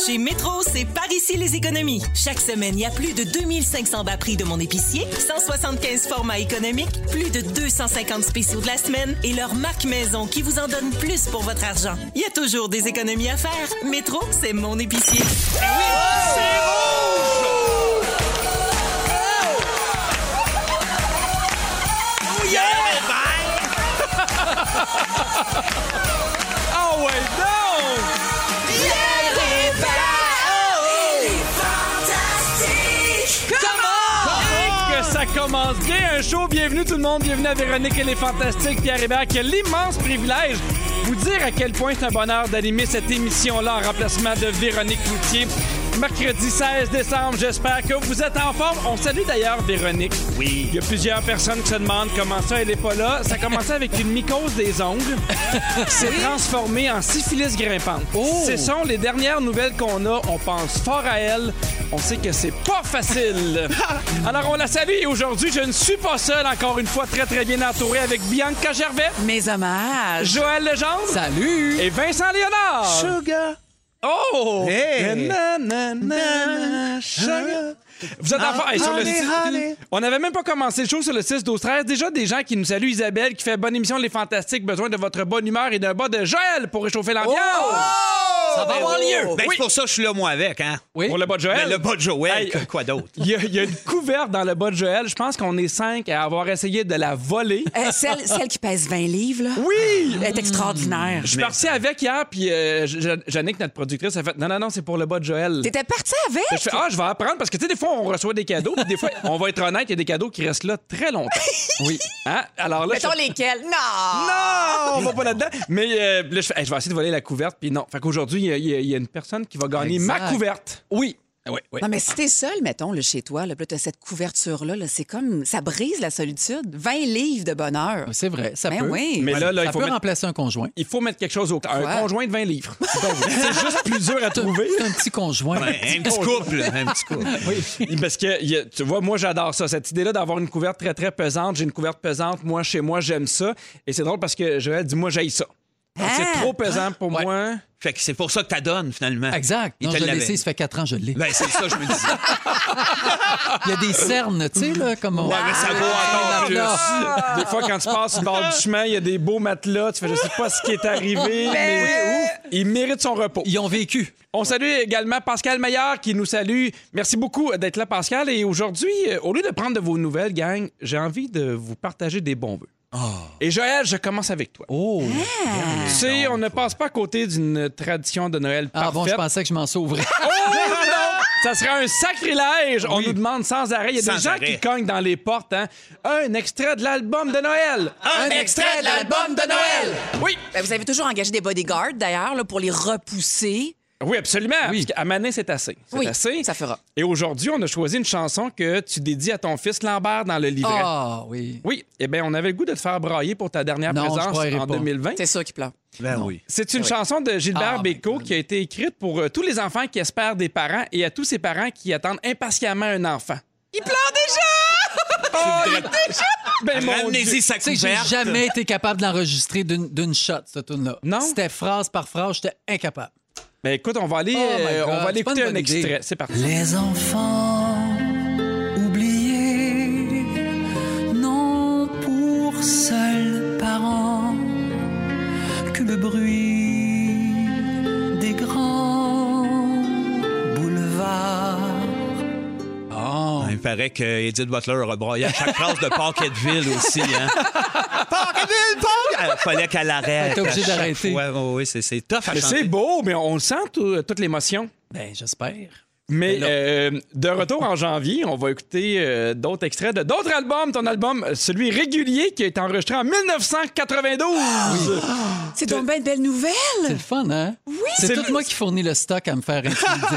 Chez Métro, c'est par ici les économies. Chaque semaine, il y a plus de 2500 bas prix de mon épicier, 175 formats économiques, plus de 250 spéciaux de la semaine et leur marque maison qui vous en donne plus pour votre argent. Il y a toujours des économies à faire. Métro, c'est mon épicier. Oui, c'est rouge! Oh yeah! Oh ouais, non! Ça commence bien, un show. Bienvenue tout le monde, bienvenue à Véronique et les Fantastiques. Pierre Hébert qui a l'immense privilège de vous dire à quel point c'est un bonheur d'animer cette émission-là en remplacement de Véronique Cloutier. Mercredi 16 décembre, j'espère que vous êtes en forme. On salue d'ailleurs Véronique. Oui. Il y a plusieurs personnes qui se demandent comment ça, elle n'est pas là. Ça a commencé avec une mycose des ongles qui s'est transformée en syphilis grimpante. Oh. Ce sont les dernières nouvelles qu'on a. On pense fort à elle. On sait que c'est pas facile. Alors, on la salue et aujourd'hui, je ne suis pas seul, encore une fois, très, très bien entouré avec Bianca Gervais. Mes hommages. Joël Legendre. Salut! Et Vincent Léonard. Sugar! Oh! Hey! Sugar. Vous êtes en forme. Hey, sur le 6... On n'avait même pas commencé le show sur le 6-12-13. Déjà, des gens qui nous saluent. Isabelle qui fait bonne émission Les Fantastiques. Besoin de votre bonne humeur et d'un bas de Joël pour réchauffer l'ambiance. Oh! Ça va avoir lieu. Ben, Oui. c'est pour ça que je suis là, moi, avec, hein? Oui. Pour le bas de Joël. Ben, le bas de Joël, Hey. quoi d'autre? Il y a une couverte dans le bas de Joël. Je pense qu'on est 5 à avoir essayé de la voler. Celle qui pèse 20 livres, là. Oui! Elle est extraordinaire. Je suis parti avec hier, puis Jannick, notre productrice, a fait non, c'est pour le bas de Joël. T'étais parti avec? Je fais je vais apprendre parce que tu sais, des fois, on reçoit des cadeaux, puis des fois, on va être honnête, il y a des cadeaux qui restent là très longtemps. Oui. Hein? Alors là, Mettons lesquels? Non! non, on va pas là-dedans. Mais là, je fais, je vais essayer de voler la couverte, puis non. Fait qu'aujourd'hui, il y a une personne qui va gagner ma couverte. Oui. Oui. Non, mais si t'es seul, mettons, là, chez toi, là, t'as cette couverture-là, c'est comme... Ça brise la solitude. 20 livres de bonheur. C'est vrai, ça Ben peut. oui. Mais là, Ça il faut peut mettre... remplacer un conjoint. Il faut mettre quelque chose au clair. Ouais. Un conjoint de 20 livres. C'est juste plus dur à trouver. C'est un petit conjoint. Ouais, un petit couple, un petit couple. Oui. Parce que, tu vois, moi, j'adore ça. Cette idée-là d'avoir une couverte très, très pesante. J'ai une couverte pesante. Moi, chez moi, j'aime ça. Et c'est drôle parce que Joël dit, moi, j'haïs ça. C'est trop pesant pour moi. Fait que c'est pour ça que t'as donnes, finalement. Exact. Il Non, te je l'ai l'avait. laissé, ça fait 4 ans que je l'ai. Ben, c'est ça, je me disais. Il y a des cernes, tu sais, là, comme on... Ouais, mais ça vaut encore plus. Des fois, quand tu passes sur le bord du chemin, il y a des beaux matelas. Tu fais, je sais pas ce qui est arrivé, mais il mérite son repos. Ils ont vécu. On salue également Pascal Meilleur qui nous salue. Merci beaucoup d'être là, Pascal. Et aujourd'hui, au lieu de prendre de vos nouvelles, gang, j'ai envie de vous partager des bons vœux. Et Joël, je commence avec toi. Oh! Tu sais, on ne passe pas à côté d'une tradition de Noël parfaite. Ah bon, je pensais que je m'en sauverais. Oh non! Ça serait un sacrilège. On nous demande sans arrêt. Il y a des Sans gens arrêt. qui cognent dans les portes. Hein? Un extrait de l'album de Noël. Un extrait de l'album de Noël! Oui. Ben, vous avez toujours engagé des bodyguards, d'ailleurs, là, pour les repousser. Oui, absolument. Oui. Parce qu'à Manet, c'est assez. C'est Oui, assez. ça fera. Et aujourd'hui, on a choisi une chanson que tu dédies à ton fils Lambert dans le livret. Ah, oui. Oui. Eh bien, on avait le goût de te faire brailler pour ta dernière Non, je présence braillerai en pas. 2020. C'est ça qui pleure. Ben oui. C'est une chanson de Gilbert Ah, Bécaud my qui a été écrite pour tous les enfants qui espèrent des parents et à tous ces parents qui attendent impatiemment un enfant. Il pleure déjà! Ben, mon Ramenez-y Dieu. sa Tu sais, j'ai couverte. jamais été capable de l'enregistrer d'une shot, cette tune-là. Non? C'était phrase par phrase, j'étais incapable. Ben écoute, on va aller, Oh my God, on va aller c'est pas écouter une un bonne idée. extrait. C'est parti. Les enfants oubliés n'ont pour seuls parents que le bruit des grands boulevards. Oh. Il paraît que Edith Butler a broyé à chaque phrase de Pocketville aussi, hein? Pocketville, Pocketville! Fallait qu'elle arrête. T'es obligé à chaque d'arrêter. fois. Oui, c'est tough à Mais chanter. c'est beau, mais on le sent toute l'émotion. Ben, j'espère. Mais de retour en janvier, on va écouter d'autres extraits de d'autres albums. Ton album, celui régulier qui a été enregistré en 1992. C'est donc bien une belle nouvelle! C'est le fun, hein? Oui! C'est C'est tout moi qui fournis le stock à me faire intimider.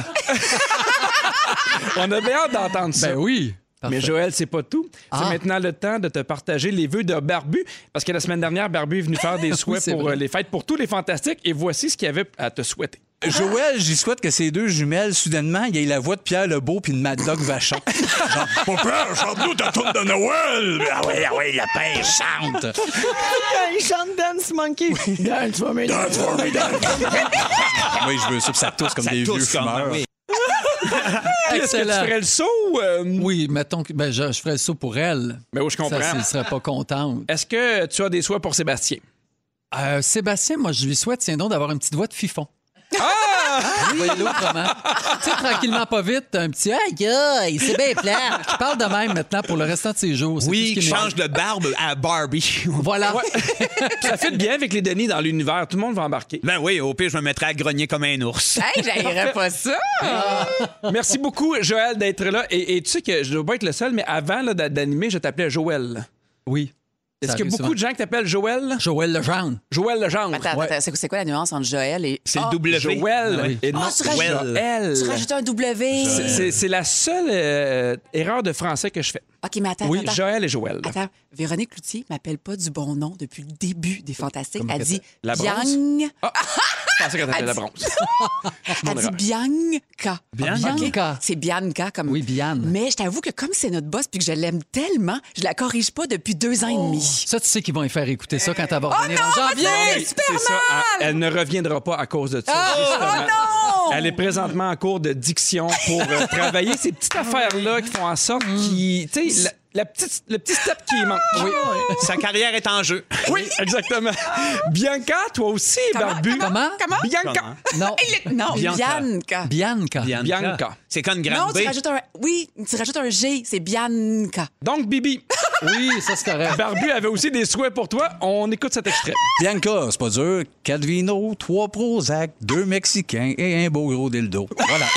On a bien hâte d'entendre ça. Ben oui! Mais Parfait. Joël, c'est pas tout. Ah. C'est maintenant le temps de te partager les vœux de Barbu. Parce que la semaine dernière, Barbu est venu faire des souhaits c'est pour vrai. les fêtes pour tous les fantastiques. Et voici ce qu'il y avait à te souhaiter. Joël, j'y souhaite que ces deux jumelles, soudainement, il y ait la voix de Pierre Lebeau puis de Mad Dog Vachon. Genre, mon père, chante-nous ta tourne de Noël! Ah ouais, la paix chante! Il chante Dance Monkey. Dance for me, dance for me, dance. Oui, je veux ça, puis ça tousse comme des vieux fumeurs. Oui. Est-ce que tu ferais le saut? Oui, mettons que je ferais le saut pour elle. Ben oui, je comprends. Ça, elle serait pas contente. Est-ce que tu as des souhaits pour Sébastien? Sébastien, moi, je lui souhaite, tiens donc, d'avoir une petite voix de fifon. Voyez-le autrement. Tu sais, tranquillement, pas vite, un petit aïe, c'est bien plat. Qui parle de même maintenant pour le restant de ses jours. C'est Oui, tout ce qui qui change de barbe à Barbie. Voilà. Ça fit bien avec les Denis dans l'univers. Tout le monde va embarquer. Ben oui, au pire, je me mettrais à grogner comme un ours. Hey, j'haïrais pas ça! Merci beaucoup, Joël, d'être là. Et tu sais que je dois pas être le seul, mais avant là, d'animer, je t'appelais Joël. Oui. Est-ce qu'il y a beaucoup de gens qui t'appellent Joël? Joël Legendre. Joël Legendre. Attends, c'est quoi la nuance entre Joël et... C'est le W. Joël. Oui. Et non, tu rajoutes- Joël. Tu rajoutes un W. C'est la seule erreur de français que je fais. OK, mais attends, Oui, attends. Joël et Joël. Attends, Véronique Cloutier m'appelle pas du bon nom depuis le début des Fantastiques. Comment Elle elle dit La bronze? Biang. Je pensais qu'elle t'appelait Elle la dit- bronze. Elle dit Bianca. Bianca. OK? C'est Bianca comme. Oui, Bianne. Mais je t'avoue que comme c'est notre boss puis que je l'aime tellement, je la corrige pas depuis 2 ans et demi. Ça, tu sais qu'ils vont y faire écouter ça quand elle va revenir en non, janvier. mais c'est super C'est ça. mal! Elle ne reviendra pas à cause de ça. Oh justement. non! Elle est présentement en cours de diction pour travailler ces petites affaires-là qui font en sorte qu'il... Tu sais, le petit step qui manque. Oui. Sa carrière est en jeu. Oui, exactement. Bianca, toi aussi, Barbu. Comment? Bianca. Non. Non, Bianca. Bianca. Bianca. C'est comme une grande Non, B. tu rajoutes un G, c'est Bianca. Donc, Bibi, Oui, ça, c'est correct. Barbu avait aussi des souhaits pour toi. On écoute cet extrait. Bianca, c'est pas dur. 4 vinos, 3 Prozac, 2 Mexicains et un beau gros dildo. Voilà.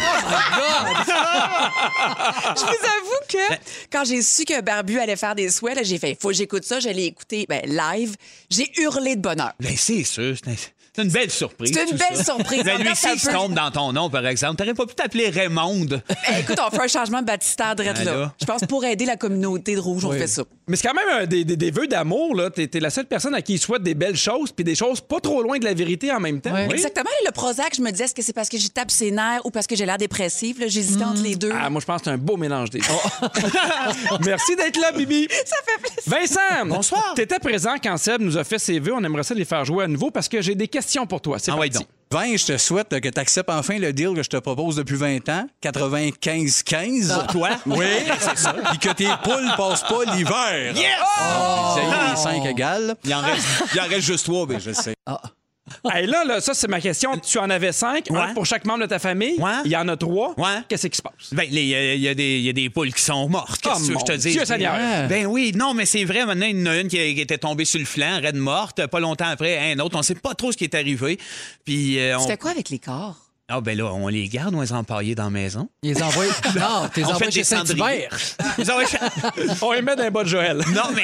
Je vous avoue que quand j'ai su que Barbu allait faire des souhaits, là, j'ai fait, faut que j'écoute ça. Je l'ai écouté live. J'ai hurlé de bonheur. Ben, c'est sûr. C'est une belle surprise. C'est une tout belle ça. surprise. Ben, lui, Encore, ça s'il se peut- trompe dans ton nom, par exemple, t'aurais pas pu t'appeler Raymond. Écoute, on fait un changement baptistère direct là. là. Je pense pour aider la communauté de Rouge, on fait ça. Mais c'est quand même des vœux d'amour, là. T'es la seule personne à qui il souhaite des belles choses puis des choses pas trop loin de la vérité en même temps. Ouais. Oui. Exactement. Le Prozac, je me disais, est-ce que c'est parce que j'y tape ses nerfs ou parce que j'ai l'air dépressif? Là, j'hésitais entre les deux. Ah, moi, je pense que c'est un beau mélange des deux. Merci d'être là, Bibi. Ça fait plaisir. Vincent! Bonsoir. T'étais présent quand Seb nous a fait ses vœux. On aimerait ça les faire jouer à nouveau parce que j'ai des questions pour toi. C'est Ah ouais, parti. donc. Vin, je te souhaite que tu acceptes enfin le deal que je te propose depuis 20 ans, 95-15. Pour toi? Oui, c'est ça. Puis que tes poules passent pas l'hiver. Yes! Vous ayez les 5 égales. Il en reste juste 3, ben, je le sais. Hey, là, ça, c'est ma question. Tu en avais 5, un Ouais. pour chaque membre de ta famille. Ouais. Il y en a 3. Ouais. Qu'est-ce qui se passe? Ben, il y a des poules qui sont mortes. Qu'est-ce que tu veux que je te mon dise? Dieu Seigneur. Ben oui, non, mais c'est vrai, maintenant, il y en a une qui était tombée sur le flanc, raide morte. Pas longtemps après, un autre. On sait pas trop ce qui est arrivé. Puis, Tu fais quoi avec les corps? Ah, ben là, on les garde, on les empaille dans la maison. Ils les envoient. Non, t'es On envoyés fait chez des cendriers. Saint-Hubert. Ils ont- On les met dans les bas de Joël. Non, mais.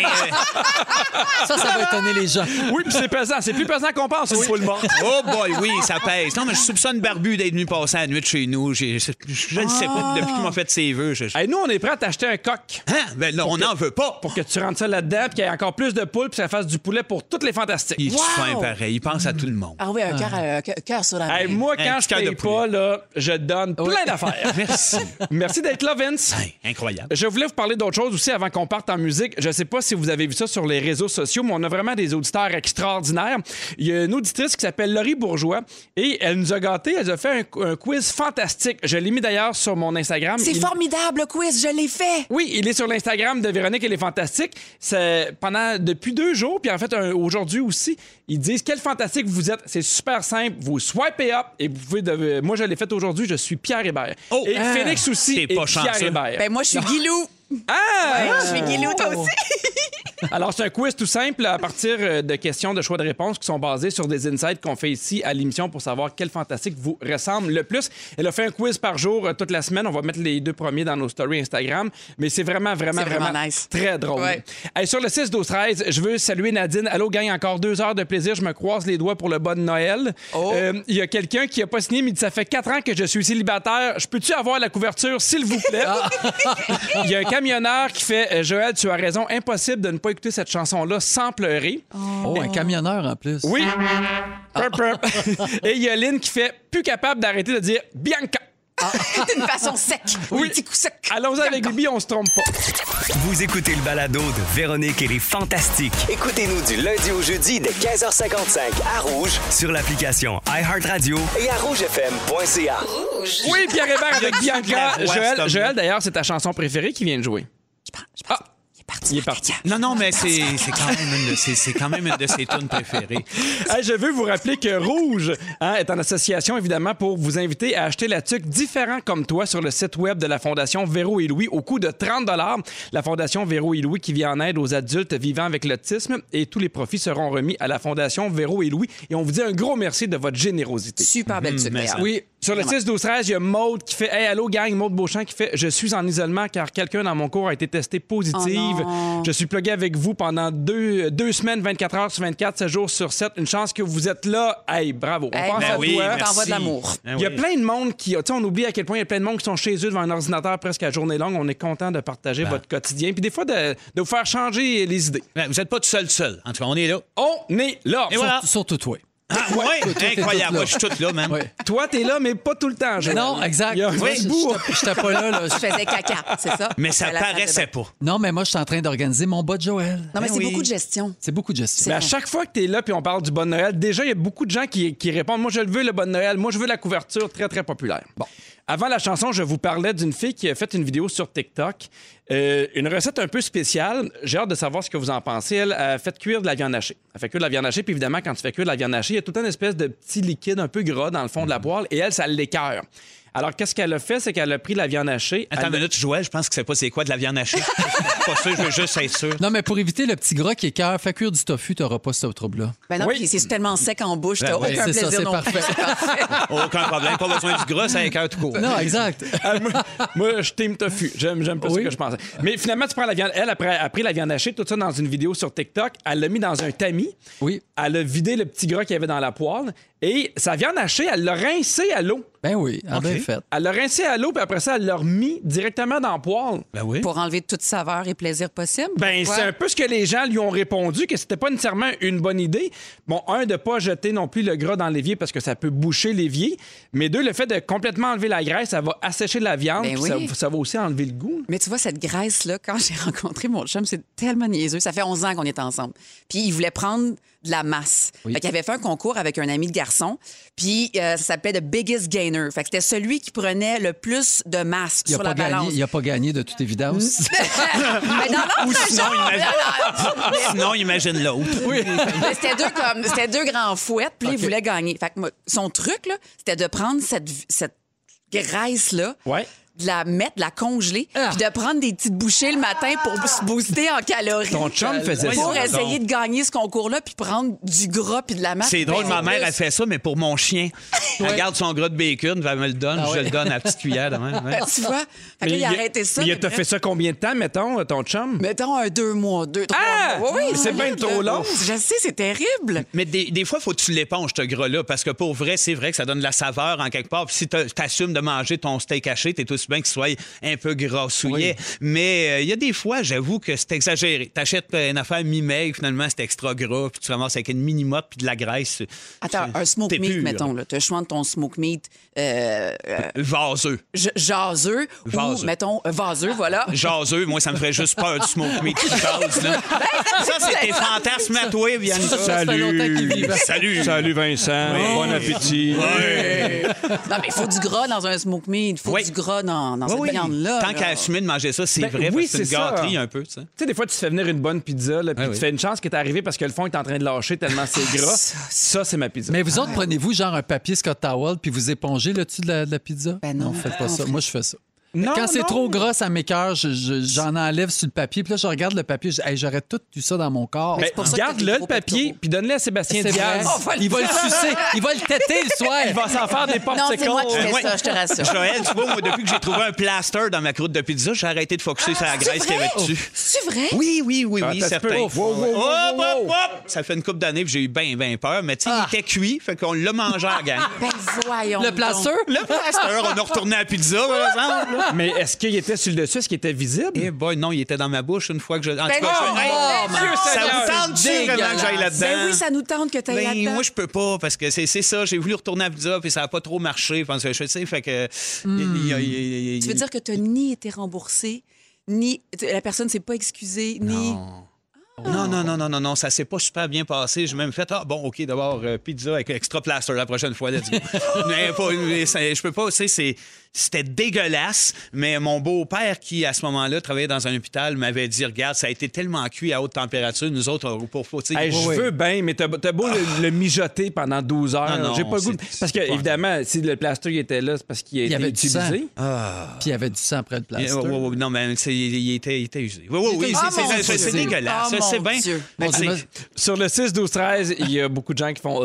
Ça va étonner les gens. Oui, puis c'est pesant. C'est plus pesant qu'on pense, une poule morte. Oh boy, oui, ça pèse. Non, mais je soupçonne Barbu d'être venu passer la nuit de chez nous. Je ne sais pas, depuis qu'il m'a fait ses vœux. Hey, nous, on est prêts à t'acheter un coq Hein? Ben là, on n'en veut pas. pour que tu rentres ça là-dedans puis qu'il y ait encore plus de poules puis que ça fasse du poulet pour toutes les fantastiques. Il est Wow! fin pareil. Il pense à tout le monde. Ah oui, un cœur sur la main. Hey, moi, Un quand petit je cœur de paye poulet. pas, là, je donne plein d'affaires. Merci. Merci d'être là, Vince. Hey, incroyable. Je voulais vous parler d'autre chose aussi avant qu'on parte en musique. Je sais pas si vous avez vu ça sur les réseaux sociaux, mais on a vraiment des auditeurs extraordinaires. Il y a une auditrice qui s'appelle Laurie Bourgeois et elle nous a gâtés. Elle a fait un quiz fantastique. Je l'ai mis d'ailleurs sur mon Instagram. C'est formidable, le quiz, je l'ai fait. Oui, il est sur l'Instagram de Véronique et les Fantastiques. C'est depuis 2 jours, puis en fait aujourd'hui aussi, ils disent quel fantastique vous êtes. C'est super simple. Vous swipez up et vous pouvez. Moi, je l'ai fait aujourd'hui. Je suis Pierre Hébert. Oh! Et Félix aussi T'es est pas Pierre chanceux. Hébert. Ben moi, je suis Guilou. Ah! Je suis Guilou, toi aussi. Alors, c'est un quiz tout simple à partir de questions de choix de réponses qui sont basées sur des insights qu'on fait ici à l'émission pour savoir quel fantastique vous ressemble le plus. Elle a fait un quiz par jour toute la semaine. On va mettre les 2 premiers dans nos stories Instagram. Mais c'est vraiment nice. très drôle. Ouais. Hey, sur le 6-12-13, je veux saluer Nadine. Allô, gang, encore 2 heures de plaisir. Je me croise les doigts pour le bon Noël. Il y a quelqu'un qui a pas signé, mais il dit, ça fait 4 ans que je suis célibataire. Je peux-tu avoir la couverture, s'il vous plaît? Il y a un camionneur qui fait, Joël, tu as raison, impossible de ne pas écouter cette chanson-là sans pleurer. Oh, un camionneur en plus. Oui. Et il y a Lynn qui fait plus capable d'arrêter de dire Bianca. D'une façon sec. Oui. Un petit coup sec. Allons-y avec Bibi, on se trompe pas. Vous écoutez le balado de Véronique et les Fantastiques. Écoutez-nous du lundi au jeudi dès 15h55 à Rouge Sur l'application iHeartRadio. et à rougefm.ca. Oui, Pierre Hébert avec Bianca. la voix, cet homme-là. Joël, d'ailleurs, c'est ta chanson préférée qui vient de jouer. Il est parti. Non, mais c'est quand même une de ses tunes préférées. Hey, je veux vous rappeler que Rouge est en association, évidemment, pour vous inviter à acheter la tuque Différents comme toi sur le site web de la Fondation Véro et Louis au coût de 30 $. La Fondation Véro et Louis qui vient en aide aux adultes vivant avec l'autisme et tous les profits seront remis à la Fondation Véro et Louis. Et on vous dit un gros merci de votre générosité. Super belle tuque, d'ailleurs. Oui, sur le 6-12-13, il y a Maude qui fait « Hey, allô, gang, Maude Beauchamp qui fait « Je suis en isolement car quelqu'un dans mon cours a été testé positive. Je suis plugué avec vous pendant deux semaines, 24 heures sur 24, 7 jours sur 7. Une chance que vous êtes là. Hey, bravo. On pense à toi. On t'envoie de l'amour. Il y a plein de monde qui... Tu sais, on oublie à quel point il y a plein de monde qui sont chez eux devant un ordinateur presque à journée longue. On est content de partager votre quotidien. Puis des fois, de vous faire changer les idées. Vous n'êtes pas tout seul. En tout cas, on est là. On est là. Et voilà. Surtout toi. Ah, ouais, incroyable. Moi, je suis tout là, même. Ouais. Toi, t'es là, mais pas tout le temps. Joël. Non, exact. Il y a un Oui, bout. j'étais pas là. Je faisais caca, c'est ça? Mais ça À la salle de paraissait bain. pas. Non, mais moi, je suis en train d'organiser mon bas de Joël. Non, mais c'est oui. beaucoup de gestion. C'est beaucoup de gestion. Mais à chaque fois que tu es là puis on parle du Bon Noël, déjà, il y a beaucoup de gens qui répondent « Moi, je le veux, le Bon Noël. Moi, je veux la couverture. » Très, très populaire. Bon. Avant la chanson, je vous parlais d'une fille qui a fait une vidéo sur TikTok. Une recette un peu spéciale. J'ai hâte de savoir ce que vous en pensez. Elle a fait cuire de la viande hachée. Elle fait cuire de la viande hachée, puis évidemment, quand tu fais cuire de la viande hachée, il y a tout le temps une espèce de petit liquide un peu gras dans le fond de la poêle, et elle, ça l'écœure. Alors, qu'est-ce qu'elle a fait? C'est qu'elle a pris la viande hachée. Attends une minute, Joël, je pense que c'est pas c'est quoi de la viande hachée. Je suis pas sûr, je veux juste être sûr. Non, mais pour éviter le petit gras qui écoeure, fais cuire du tofu, t'auras pas ce trouble-là. Ben non, Oui. puis c'est tellement sec en bouche, t'as oui, aucun c'est ça, plaisir c'est non plus. parfait. Aucun problème. Pas besoin du gras, ça écœure tout court. Non, exact. Moi, je team tofu. J'aime pas ce que je pensais. Mais finalement, tu prends la viande. Elle, après, a pris la viande hachée, tout ça dans une vidéo sur TikTok. Elle l'a mis dans un tamis. Oui. Elle a vidé le petit gras qu'il y avait dans la poêle. Et sa viande hachée, elle l'a rincée à l'eau. Ben oui, en bien fait. Elle l'a rincée à l'eau, puis après ça, elle l'a remis directement dans la poêle. Ben oui. Pour enlever toute saveur et plaisir possible. Ben, Pourquoi? c'est un peu ce que les gens lui ont répondu, que c'était pas nécessairement une bonne idée. Bon, de pas jeter non plus le gras dans l'évier parce que ça peut boucher l'évier. Mais deux, le fait de complètement enlever la graisse, ça va assécher la viande, Ben puis oui. ça va aussi enlever le goût. Mais tu vois, cette graisse-là, quand j'ai rencontré mon chum, c'est tellement niaiseux. Ça fait 11 ans qu'on est ensemble. Puis il voulait prendre de la masse. Oui. Fait qu'il avait fait un concours avec un ami de garçon. Puis ça s'appelait The Biggest Gainer. Fait que c'était celui qui prenait le plus de masse Il sur la a balance. pas gagné de toute évidence. Mais non, Ou sinon, imagine l'autre. Mais c'était deux grands fouettes, puis il voulait gagner. Fait que son truc, là, c'était de prendre cette graisse-là, Ouais. de la mettre, de la congeler, puis de prendre des petites bouchées le matin pour se booster en calories. Ton chum faisait Pour ça. essayer de gagner ce concours-là, puis prendre du gras puis de la masse. C'est drôle, Ben, ma mère, elle fait ça, mais pour mon chien. Elle garde son gras de bacon, elle me le donne, je le donne à la petite cuillère. De même, ouais. Tu vois? Fait que là, il a arrêté ça. Mais mais t'as bref. fait ça combien de temps, mettons, ton chum? Mettons 2 mois, 2, 3 Ah! mois. Oui, Mais c'est bien solide, trop là. long. Je sais, c'est terrible. Mais des fois, faut que tu l'éponges, ce gras-là, parce que pour vrai, c'est vrai que ça donne de la saveur en quelque part. Puis si t'assumes de manger ton steak haché, t'es aussi bien qu'il soit un peu grassouillet. Mais il y a des fois, j'avoue que c'est exagéré. T'achètes une affaire mi-maigre, finalement, c'est extra gras, puis tu ramasses avec une mini-motte puis de la graisse. Attends, un smoke T'es meat, pur. mettons. Tu as le choix de ton smoke meat Vaseux. jaseux ou, mettons, vaseux, voilà. Jaseux, moi, ça me ferait juste peur du smoke meat qui jase, là. Ça, c'est tes fantasmes à toi, Bianca. Ça fait longtemps qu'il vit. Salut. Salut Vincent, bon appétit. Non, mais il faut du gras dans un smoke meat. Il faut Oui. du gras dans cette Oui. viande-là. Tant là. qu'à assumer de manger ça, c'est Ben vrai, oui, parce que c'est une c'est ça. gâterie un peu, ça. Tu sais, des fois, tu te fais venir une bonne pizza, là, puis Ah oui. tu fais une chance qui est arrivée parce que le fond est en train de lâcher tellement c'est gras. Ça, c'est ma pizza. Mais vous autres, prenez-vous genre un papier Scott Towel puis vous épongez le dessus de la pizza? Ben non. faites pas ça. Moi, je fais ça. Non, Quand c'est non. trop gras, ça m'écoeure, j'en enlève sur le papier. Puis là, je regarde le papier, je dis, hey, j'aurais tout eu ça dans mon corps. Ben, pour ça que garde-le, t'as des le gros papier, pectoraux. puis donne-le à Sébastien C'est Diaz. vrai. Il va le sucer, il va le têter le soir. Il va s'en faire des Non, popsicles. c'est moi qui fais Ouais. ça, je te rassure. Joël, tu vois, moi, depuis que j'ai trouvé un plaster dans ma croûte de pizza, j'ai arrêté de focusser sur la graisse qu'il y avait dessus. C'est vrai? Oui, Ah, t'as certain. peu. Wow, wow, wow, wow, wow. Hop. Ça fait une couple d'années que j'ai eu bien peur, mais tu sais, il était cuit, fait qu'on l'a mangé à la gang. Ben voyons Le donc. plaster? Le plaster, on a retourné à la pizza, par exemple. Mais est-ce qu'il était sur le dessus? Est-ce qu'il était visible? Eh boy, non, il était dans ma bouche une fois que je... En tout Ben cas, non! ça vous tente-tu vraiment que j'aille là-dedans? Ben oui, ça nous tente que tu ailles là-dedans. Moi, je peux pas, parce que c'est ça. J'ai voulu retourner à Pizza, puis ça n'a pas trop marché. Je pense que je sais, fait que... Tu veux dire que tu n'as ni été remboursé, ni la personne ne s'est pas excusée, ni... Non, ça s'est pas super bien passé. J'ai même fait, OK, d'abord, pizza avec extra plaster la prochaine fois, let's go. Je peux pas, tu sais, c'était dégueulasse, mais mon beau-père, qui, à ce moment-là, travaillait dans un hôpital, m'avait dit, regarde, ça a été tellement cuit à haute température, nous autres, je veux bien, mais t'as beau le mijoter pendant 12 heures. Non, j'ai pas le goût. Parce que, évidemment, si le plaster il était là, c'est parce qu'il a été utilisé. Puis il y avait du sang après le plaster. Non, mais il était usé. Oui, c'est dégueulasse. C'est bien. Sur le 6-12-13, il y a beaucoup de gens qui font...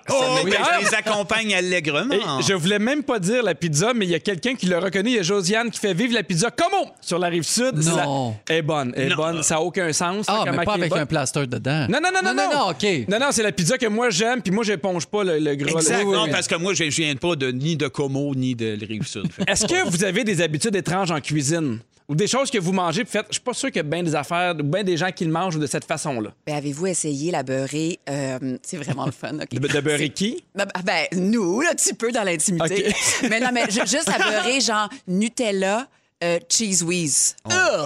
Je les accompagne allègrement. Je voulais même pas dire la pizza, mais il y a quelqu'un qui l'a reconnu. Il y a Josiane qui fait vivre la pizza comme sur la Rive-Sud. Non. Elle est bonne. Ça n'a aucun sens. Mais pas avec un plaster dedans. Non, OK. Non, c'est la pizza que moi j'aime, puis moi j'éponge pas le gras. Exactement, parce que moi je viens pas ni de Como ni de Rive-Sud. Est-ce que vous avez des habitudes étranges en cuisine? Ou des choses que vous mangez, puis faites, je suis pas sûr qu'il y a bien des affaires, ou bien des gens qui le mangent de cette façon-là. Ben, avez-vous essayé la beurrée? C'est vraiment le fun. Okay. De beurrer qui? Ben, nous, un petit peu dans l'intimité. Okay. Mais non, mais juste la beurrée, genre Nutella, Cheese Whiz.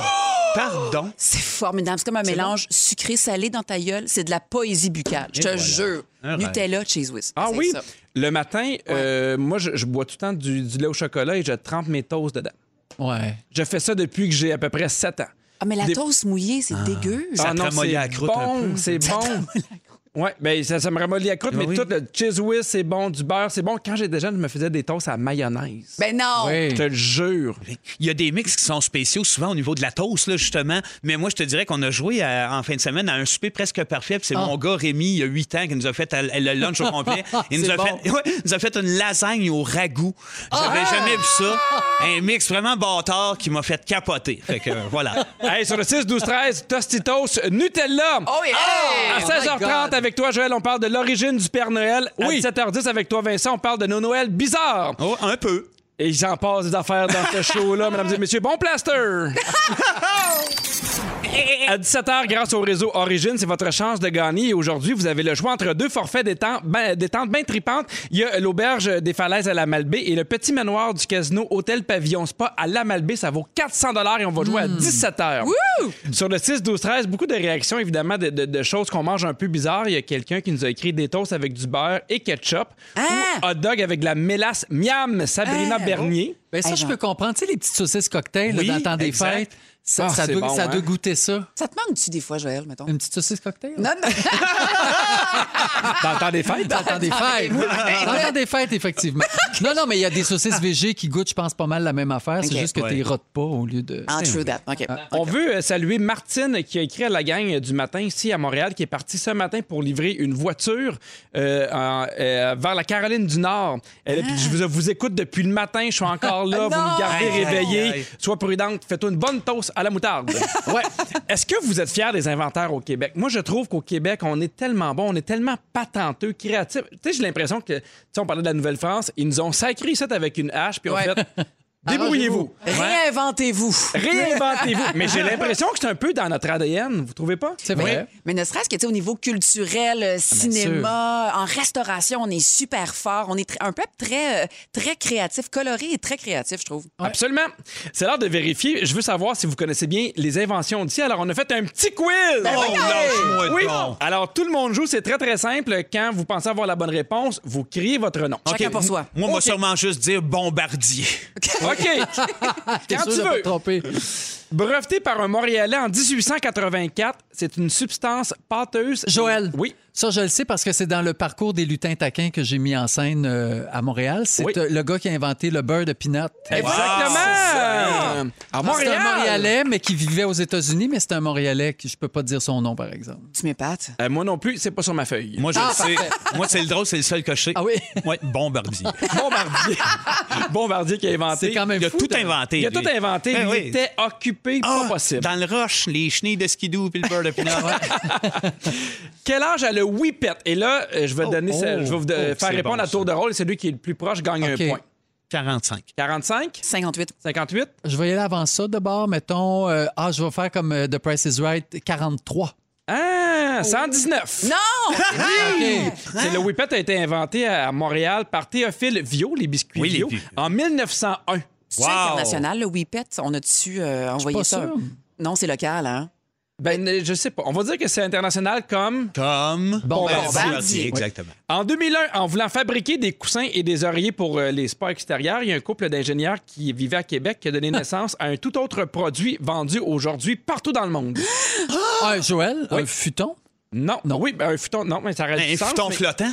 Pardon? C'est formidable. C'est comme un mélange sucré-salé dans ta gueule. C'est de la poésie buccale. Je te jure. Nutella, Cheese Whiz. Ah c'est oui? ça. Le matin, moi, je bois tout le temps du lait au chocolat et je trempe mes toasts dedans. Ouais. Je fais ça depuis que j'ai à peu près 7 ans. Ah, mais la toast mouillée, c'est dégueu. Ça te ramollit la croûte un peu. C'est bon. Oui, bien, ça me ramollit la croûte, mais tout le cheese whiz, c'est bon, du beurre, c'est bon. Quand j'étais jeune, je me faisais des toasts à mayonnaise. Ben non! Je te le jure. Il y a des mix qui sont spéciaux, souvent au niveau de la toast, là, justement. Mais moi, je te dirais qu'on a joué en fin de semaine à un souper presque parfait. Puis c'est mon gars Rémi, il y a 8 ans, qui nous a fait le lunch au complet. Il nous a fait une lasagne au ragoût. J'avais jamais vu ça. Un mix vraiment bâtard qui m'a fait capoter. Fait que voilà. Hey, sur le 6-12-13, Tostitos Nutella. Oh yeah! À 16h30 avec toi, Joël, on parle de l'origine du Père Noël. À 17h10 avec toi, Vincent, on parle de nos Noëls bizarres. Oh, un peu. Et j'en passe des affaires dans ce show-là, mesdames et messieurs. Bon plaster! À 17h, grâce au réseau Origine, c'est votre chance de gagner. Et aujourd'hui, vous avez le choix entre 2 forfaits détentes bien tripantes. Il y a l'auberge des Falaises à la Malbaie et le petit manoir du casino Hôtel Pavillon Spa à la Malbaie. Ça vaut 400 $ et on va jouer à 17h. Sur le 6-12-13, beaucoup de réactions, évidemment, de choses qu'on mange un peu bizarres. Il y a quelqu'un qui nous a écrit des toasts avec du beurre et ketchup ou hot dog avec de la mélasse miam, Sabrina Bernier. Ben ça, je peux comprendre. Tu sais, les petites saucisses cocktails là, dans le temps des fêtes. Ça doit goûter ça. Ça te manque-tu des fois, Joël, mettons? Une petite saucisse cocktail? Non. Dans le temps des fêtes? Dans le temps des fêtes. Dans le temps des fêtes, effectivement. Non, mais il y a des saucisses végé qui goûtent, je pense, pas mal la même affaire. C'est juste que tu les rotes pas au lieu de... Ah, true that. OK. On veut saluer Martine qui a écrit à la gang du matin ici à Montréal, qui est partie ce matin pour livrer une voiture vers la Caroline du Nord. Je vous écoute depuis le matin, je suis encore là, vous me gardez réveillé. Sois prudente, fais-toi une bonne toast à la moutarde. Ouais. Est-ce que vous êtes fiers des inventaires au Québec? Moi, je trouve qu'au Québec, on est tellement bon, on est tellement patenteux, créatif. Tu sais, j'ai l'impression que, tu sais, on parlait de la Nouvelle-France, ils nous ont sacré ça avec une hache, puis on fait... Débrouillez-vous. Réinventez-vous. Réinventez-vous. Mais j'ai l'impression que c'est un peu dans notre ADN, vous trouvez pas? C'est vrai. Mais ne serait-ce que, tu sais, au niveau culturel, cinéma, en restauration, on est super fort. On est un peuple très créatif, coloré et très créatif, je trouve. Ouais. Absolument. C'est l'heure de vérifier. Je veux savoir si vous connaissez bien les inventions d'ici. Alors, on a fait un petit quiz. Lâche-moi donc. Alors, tout le monde joue. C'est très, très simple. Quand vous pensez avoir la bonne réponse, vous criez votre nom. Chacun pour soi. Moi, on va sûrement juste dire bombardier. OK. Quand tu veux. Breveté par un Montréalais en 1884, c'est une substance pâteuse. Joël. Oui. Ça, je le sais parce que c'est dans le parcours des lutins taquins que j'ai mis en scène à Montréal. C'est le gars qui a inventé le beurre de peanut. Exactement! À Montréal! C'est un Montréalais, mais qui vivait aux États-Unis, mais c'est un Montréalais que je peux pas te dire son nom, par exemple. Tu m'épates? Moi non plus, c'est pas sur ma feuille. Moi, je le sais. Moi, c'est le drôle, c'est le seul coché. Ah oui? Ouais, bombardier. Bombardier qui a inventé. C'est quand même Il a fou, tout inventé. Il a tout inventé. Ben Il était occupé, pas possible. Dans le roche, les chenilles de skidoo puis le beurre de peanut. Quel âge a le whippet? Et là, je vais vous faire répondre à tour de rôle et celui qui est le plus proche gagne un point. 45. 45? 58. 58? Je vais y aller avant ça de bord. Mettons, je vais faire comme The Price is Right, 43. Ah, 119. Non! OK. C'est le Whippet a été inventé à Montréal par Théophile Viau, les biscuits Oui, les Viau, bi- en 1901. C'est international, le Whippet. On a-tu envoyé pas ça? sûre. Non, c'est local, hein? Ben, je sais pas. On va dire que c'est international comme... Comme Bombardier. Exactement. En 2001, en voulant fabriquer des coussins et des oreillers pour les sports extérieurs, il y a un couple d'ingénieurs qui vivait à Québec qui a donné naissance à un tout autre produit vendu aujourd'hui partout dans le monde. Ah, Joël, un futon? Non. Oui, ben, un futon, non, mais ça reste Un du sens, futon mais- flottant.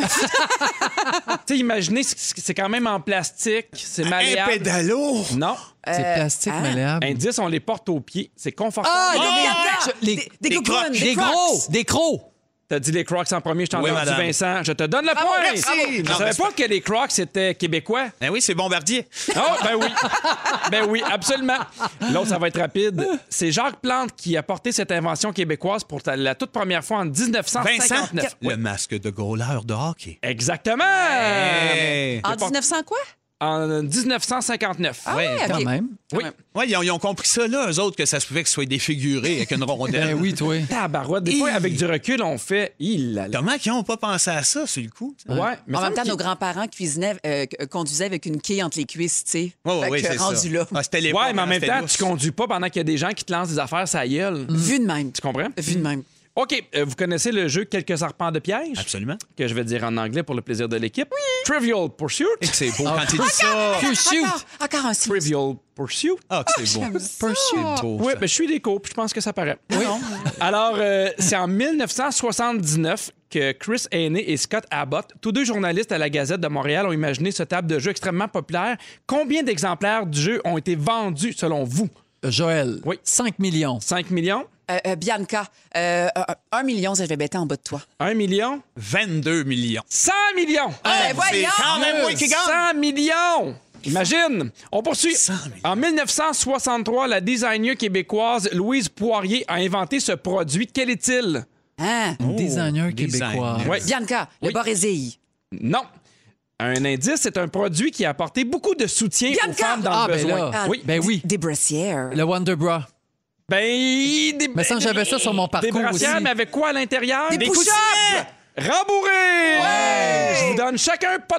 Tu sais, imaginez, c'est quand même en plastique, c'est Un malléable. pédalo. Non. C'est plastique malléable. Indice, on les porte aux pieds. C'est confortable. Ah, Des gougounes, des Crocs. gros! Des crocs! T'as dit les Crocs en premier, je t'en Oui, ai dit madame. Vincent. Je te donne le point. merci. Je Non, savais mais pas que les Crocs étaient québécois. Ben oui, c'est Bombardier. Oh, ben oui. Ben oui, absolument. L'autre, ça va être rapide. C'est Jacques Plante qui a porté cette invention québécoise pour la toute première fois en Vincent, 1959. le masque de goaler de hockey. Exactement. Hey. En 1900 quoi? En 1959. Ah Ouais, ouais, Quand OK. même. Oui. Ouais, ils ont compris ça, là, eux autres, que ça se pouvait que ce soit défiguré avec une rondelle. Ben oui, toi. Tabarouette. Des fois, avec du recul, on fait... Il a Comment ils n'ont pas pensé à ça, sur le coup? Ouais. Mais En ça même temps, me- nos grands-parents conduisaient avec une quille entre les cuisses, tu sais. Oh, Fait oui, que c'est rendu ça. là. Ah, c'était l'époque, Ouais, mais en même c'était temps, lousse. tu conduis pas pendant qu'il y a des gens qui te lancent des affaires sur la gueule. Vu de même. Tu comprends? Vu de même. OK, vous connaissez le jeu Quelques arpents de piège? Absolument. Que je vais dire en anglais pour le plaisir de l'équipe. Trivial Pursuit. Et que c'est beau quand il dit ça. Pursuit! Encore un signe. Trivial Pursuit. Ah, que c'est beau. C'est beau, Oui, ça. ben, je suis des cours, puis je pense que ça paraît. Oui. Alors, c'est en 1979 que Chris Haney et Scott Abbott, tous deux journalistes à la Gazette de Montréal, ont imaginé ce table de jeu extrêmement populaire. Combien d'exemplaires du jeu ont été vendus, selon vous? Joël, Oui. 5 millions. 5 millions? Bianca, 1 million, je vais bêter en bas de toi. 1 million? 22 millions. 100 millions! Ben C'est voyons! quand même moi qui gagne. 100 millions! Imagine! On poursuit. 100 millions. En 1963, la designer québécoise Louise Poirier a inventé ce produit. Quel est-il? Hein? Designer designer. québécois. Oui. Bianca, le Oui. Borésil. Non. Un indice, c'est un produit qui a apporté beaucoup de soutien aux Bianca! femmes dans Ah, le ben besoin. là. Oui. Ben oui. Des brassières. Le Wonder Bra. Ben, des, Me semble que j'avais ça sur mon parcours Des brassières, aussi. mais avec quoi à l'intérieur? Des push-ups! Rembourré! Je vous donne chacun pas de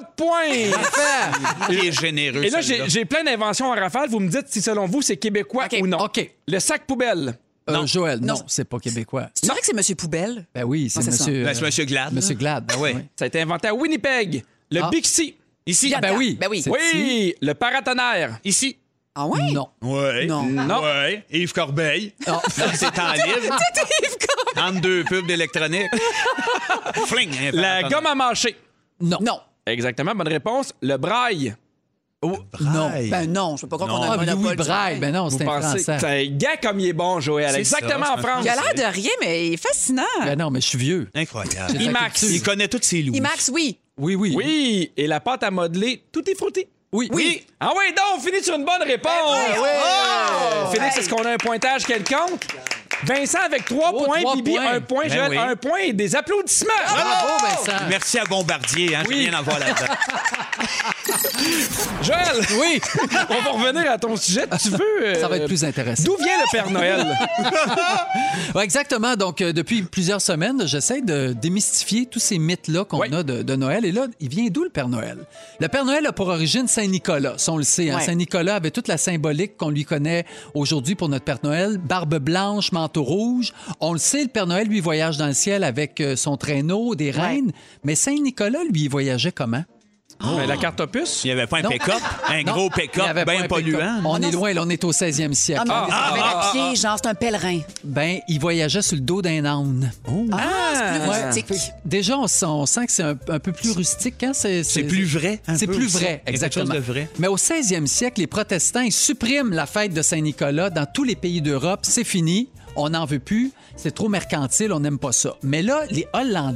points. Il est généreux, Et là, celui-là. j'ai plein d'inventions en rafale. Vous me dites si, selon vous, c'est québécois OK. ou non. OK. Le sac poubelle. Joël, non, Non. c'est pas québécois. C'est vrai que c'est Monsieur Poubelle? Ben oui, c'est Ah, c'est ça. monsieur... Ben, c'est Monsieur Glad. Monsieur Glad. Ben oui. Ça a été inventé à Winnipeg. Le Ah. Bixi. Ici. Ben oui. Ben oui. C'est- Oui, le paratonnerre. Ici. Ah ouais? Non. Oui. Non. Non. Oui. Yves Corbeil. Ah. Dans ses temps libres. Entre deux pubs d'électronique. Fling. un La paratonnerre. gomme à mâcher. Non. Non. Exactement, bonne réponse. Le braille. Non. Braille. Ben non, je peux pas croire qu'on a Ah, un monopole Louis du Braille. Ben non, Vous c'est un pensez Français. c'est un gars comme il est bon, Joël. C'est Exactement ça, en c'est un France. Il a l'air de rien, mais il est fascinant. Ben non, mais je suis vieux. Incroyable. J'ai de la IMAX. culture. Il connaît toutes ses loups. IMAX, oui. Oui, oui. Oui, et la pâte à modeler, tout est frotté. Oui. Oui. Ah oui, donc, on finit sur une bonne réponse. Félix, est-ce qu'on a un pointage quelconque? Vincent avec 3 Oh, points, 3 Bibi points. 1 point, Ben Joël oui. 1 point et des applaudissements. Bravo, Vincent. Merci à Bombardier, hein, j'ai rien à voir là-dedans. Joël, Oui. on va revenir à ton sujet. Tu veux... Ça va être plus intéressant. D'où vient le Père Noël? Ouais, exactement. Donc, depuis plusieurs semaines, j'essaie de démystifier tous ces mythes-là qu'on Oui. a de Noël. Et là, il vient d'où le Père Noël? Le Père Noël a pour origine Saint-Nicolas. Ça, on le sait. Hein? Ouais. Saint-Nicolas avait toute la symbolique qu'on lui connaît aujourd'hui pour notre Père Noël. Barbe blanche, manteau rouge. On le sait, le Père Noël, lui, voyage dans le ciel avec son traîneau, des reines. Mais Saint-Nicolas, lui, il voyageait comment? Ben, la carte opus? Il n'y avait pas un Non. pick-up, un Non, gros il y pick-up avait pas bien un polluant. pick-up. On est loin, là, on est au 16e siècle. Ah, mais il avait à pied, genre, c'est un pèlerin. Ben, il voyageait sur le dos d'un âne. Ah, c'est plus Ouais. rustique. Déjà, on sent que c'est un peu plus rustique. Hein? C'est plus vrai. un C'est peu plus aussi. vrai, Il y a quelque chose exactement. de vrai. Mais au 16e siècle, les protestants ils suppriment la fête de Saint-Nicolas dans tous les pays d'Europe. C'est fini. On n'en veut plus. C'est trop mercantile. On n'aime pas ça. Mais là, les Hollandais,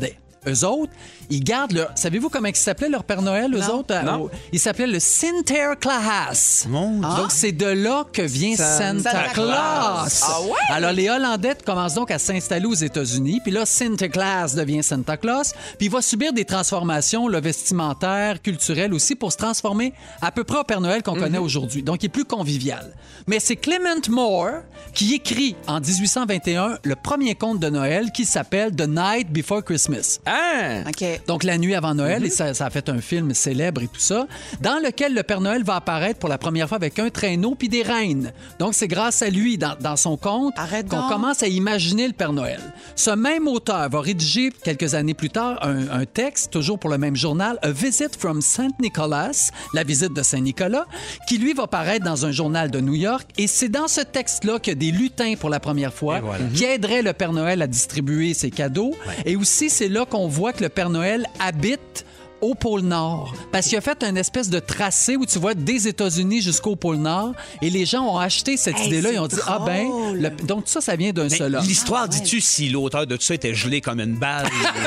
eux autres, ils gardent leur... Savez-vous comment ils s'appelaient leur Père Noël, eux autres? Non. Ils s'appelaient le Sinterklaas. Donc, c'est de là que vient Santa Claus. Ah ouais? Alors, les Hollandais commencent donc à s'installer aux États-Unis. Puis là, Sinterklaas devient Santa Claus. Puis il va subir des transformations vestimentaires, culturelles aussi, pour se transformer à peu près au Père Noël qu'on connaît aujourd'hui. Donc, il est plus convivial. Mais c'est Clement Moore qui écrit en 1821 le premier conte de Noël qui s'appelle The Night Before Christmas. Ah! OK. Donc, la nuit avant Noël, et ça a fait un film célèbre et tout ça, dans lequel le Père Noël va apparaître pour la première fois avec un traîneau puis des reines. Donc, c'est grâce à lui, dans son conte, qu'on commence à imaginer le Père Noël. Ce même auteur va rédiger, quelques années plus tard, un texte, toujours pour le même journal, A Visit from St. Nicholas, la visite de Saint-Nicolas, qui, lui, va paraître dans un journal de New York. Et c'est dans ce texte-là qu'il y a des lutins, pour la première fois, qui aideraient le Père Noël à distribuer ses cadeaux. Et aussi, c'est là qu'on voit que le Père Noël habite au pôle Nord. Parce qu'il a fait une espèce de tracé où tu vois des États-Unis jusqu'au pôle Nord et les gens ont acheté cette idée-là. Ils ont dit, donc ça vient d'un seul homme. L'histoire, dis-tu si l'auteur de tout ça était gelé comme une balle?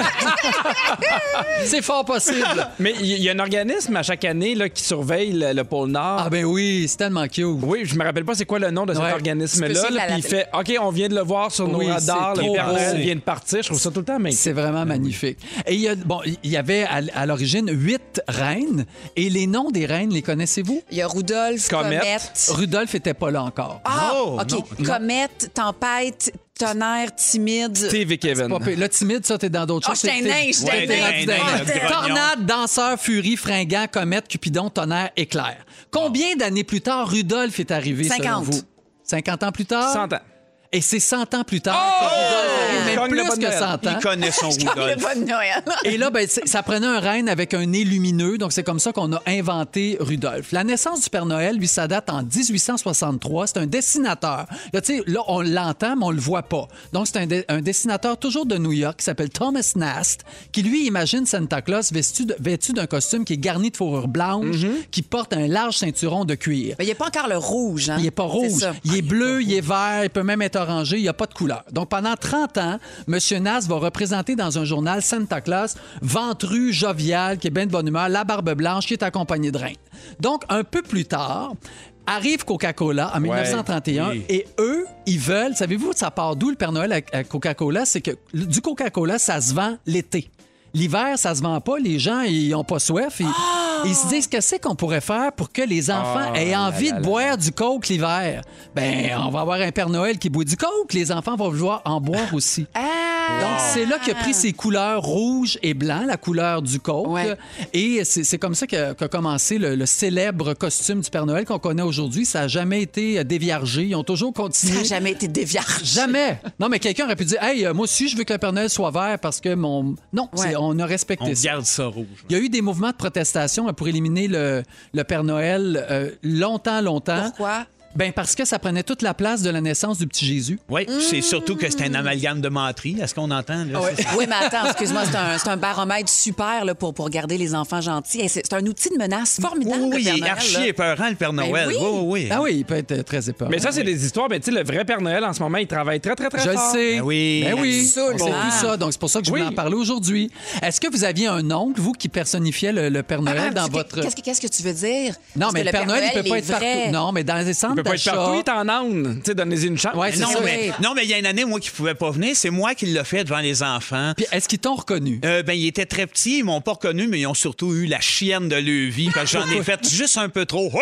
C'est fort possible. Mais il y a un organisme à chaque année là, qui surveille le pôle Nord. Ah ben oui, c'est tellement cute. Oui, je me rappelle pas c'est quoi le nom de cet organisme-là. Puis il fait, OK, on vient de le voir sur nos radars, le Père Noël vient de partir. Je trouve ça tout le temps magnifique. C'est vraiment magnifique. Et il y avait à l'origine 8 reines. Et les noms des reines, les connaissez-vous? Il y a Rudolph, Comète. Rudolph était pas là encore. Ah, OK. Comète, Tempête, Tonnerre, Timide. Steve et Kevin. Le timide, ça, t'es dans d'autres choses. J'étais un nain, j'étais un nain. Tornade, Danseur, Furie, Fringant, Comète, Cupidon, Tonnerre, Éclair. Combien d'années plus tard Rudolph est arrivé, 50. selon vous? 50 ans plus tard? 100 ans. Et c'est 100 ans plus tard que Rudolph arrive, même plus que 100 ans. Il connaît son Rudolph. Le bon Noël. Et là, ça prenait un renne avec un nez lumineux, donc c'est comme ça qu'on a inventé Rudolph. La naissance du Père Noël, lui, ça date en 1863. C'est un dessinateur. Là, tu sais, là, on l'entend, mais on le voit pas. Donc, c'est un dessinateur toujours de New York qui s'appelle Thomas Nast, qui, lui, imagine Santa Claus vêtu d'un costume qui est garni de fourrure blanche, qui porte un large ceinturon de cuir. Mais il n'y a pas encore le rouge, hein? Il n'est pas rouge. Il est bleu, il est vert, il peut même être orangé, il n'y a pas de couleur. Donc, pendant 30 ans, M. Nast va représenter dans un journal Santa Claus, ventru, jovial, qui est bien de bonne humeur, la barbe blanche, qui est accompagné de reines. Donc, un peu plus tard, arrive Coca-Cola en 1931 et eux, ils veulent... Savez-vous, ça part d'où le Père Noël à Coca-Cola? C'est que du Coca-Cola, ça se vend l'été. L'hiver, ça se vend pas. Les gens, ils n'ont pas soif. Ils se disent, qu'est-ce qu'on pourrait faire pour que les enfants aient envie de boire du Coke l'hiver? Ben, on va avoir un Père Noël qui boit du Coke. Les enfants vont vouloir en boire aussi. Donc, c'est là qu'il a pris ses couleurs rouge et blanc, la couleur du Coke. Ouais. Et c'est comme ça qu'a commencé le célèbre costume du Père Noël qu'on connaît aujourd'hui. Ça n'a jamais été déviargé. Ils ont toujours continué. Ça n'a jamais été déviargé. Jamais. Non, mais quelqu'un aurait pu dire, hey, moi aussi, je veux que le Père Noël soit vert parce que mon... Non, on a respecté ça. On garde ça rouge. Il y a eu des mouvements de protestation pour éliminer le Père Noël longtemps. Pourquoi? Ben parce que ça prenait toute la place de la naissance du petit Jésus. Oui, c'est surtout que c'est un amalgame de menterie. Est-ce qu'on entend? Là, oui, mais attends, excuse-moi, c'est un baromètre super là, pour garder les enfants gentils. C'est un outil de menace formidable. Oui, il est archi épeurant, le Père Noël. Oui. Ah oui, il peut être très épeurant. Mais ça, c'est des histoires. Mais tu sais, le vrai Père Noël, en ce moment, il travaille très, très, très fort. Je le sais. Ben oui. C'est tout ça. Donc, c'est pour ça que je voulais en parler aujourd'hui. Est-ce que vous aviez un oncle, vous, qui personnifiait le Père Noël dans votre... Qu'est-ce que tu veux dire? Non, mais le Père Noël, il peut pas être partout. Non, mais dans les centres d'achat... Tu sais, donnez-y une chance. Ouais, non, mais il y a une année, moi, qui ne pouvait pas venir. C'est moi qui l'ai fait devant les enfants. Puis est-ce qu'ils t'ont reconnu? Ils étaient très petits. Ils m'ont pas reconnu, mais ils ont surtout eu la chienne de leur vie. Parce que j'en ai fait juste un peu trop.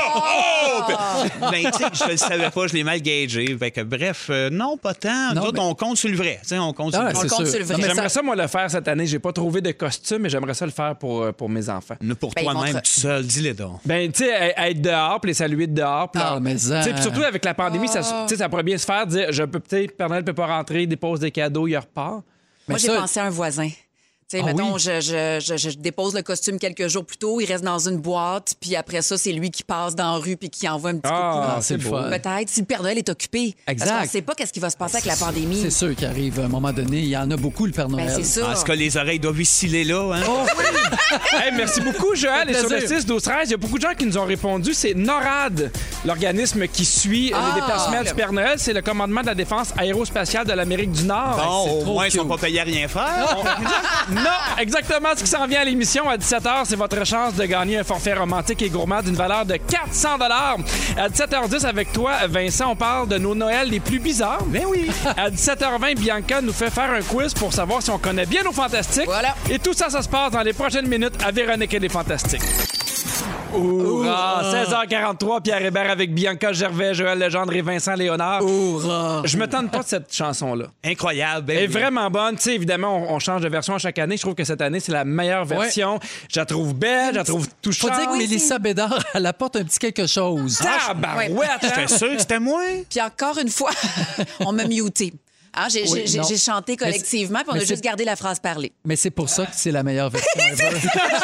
Ben, tu sais, je le savais pas. Je l'ai mal gagé. Fait que, bref, non, pas tant. Nous autres, on compte sur le vrai. On compte sur le vrai. J'aimerais ça, moi, le faire cette année. J'ai pas trouvé de costume, mais j'aimerais ça le faire pour mes enfants. Pour toi-même, tout seul. Dis-le donc. Ben, tu sais, être dehors, puis les saluer de dehors. Mais ça... Surtout avec la pandémie, ça pourrait bien se faire dire Père Noël peut pas rentrer, dépose des cadeaux, il repart. Moi, j'ai pensé à un voisin. Tu sais, mettons, je dépose le costume quelques jours plus tôt, il reste dans une boîte, puis après ça, c'est lui qui passe dans la rue puis qui envoie un petit coup. C'est le fun. Peut-être, si le Père Noël est occupé. Exact. Parce qu'on sait pas qu'est-ce qui va se passer avec la pandémie. C'est sûr qu'il arrive à un moment donné. Il y en a beaucoup, le Père Noël. Ben, c'est ça. Est-ce que les oreilles doivent osciller là? Hein? Hey, merci beaucoup, Joël. Et sur le 6-12-13, il y a beaucoup de gens qui nous ont répondu. C'est NORAD, l'organisme qui suit les déplacements du Père Noël. C'est le commandement de la défense aérospatiale de l'Amérique du Nord. Bon, au moins, ils sont pas payés à rien faire. Non, exactement ce qui s'en vient à l'émission. À 17h, c'est votre chance de gagner un forfait romantique et gourmand d'une valeur de 400 $. À 17h10, avec toi, Vincent, on parle de nos Noëls les plus bizarres. Ben oui. À 17h20, Bianca nous fait faire un quiz pour savoir si on connaît bien nos fantastiques. Voilà. Et tout ça, ça se passe dans les prochaines minutes à Véronique et les Fantastiques. Hourra! 16h43, Pierre Hébert avec Bianca Gervais, Joël Legendre et Vincent Léonard. Hourra! Je me tente pas de cette chanson-là. Incroyable. Elle est vraiment bonne. Tu sais, évidemment, on change de version à chaque année. Je trouve que cette année, c'est la meilleure version. Je la trouve belle, je la trouve touchante. Faut dire que Mélissa Bédard, elle apporte un petit quelque chose. Tabarouette! J'étais sûr que c'était moi. Puis encore une fois, on m'a muté. Hein, j'ai non. chanté collectivement, puis on a mais juste gardé la phrase parlée. Mais c'est pour ça que c'est la meilleure version ever.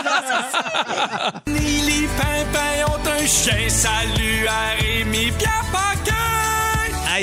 Les pimpins ont un chien, salut à Rémi Pierre Paquin! Aïe,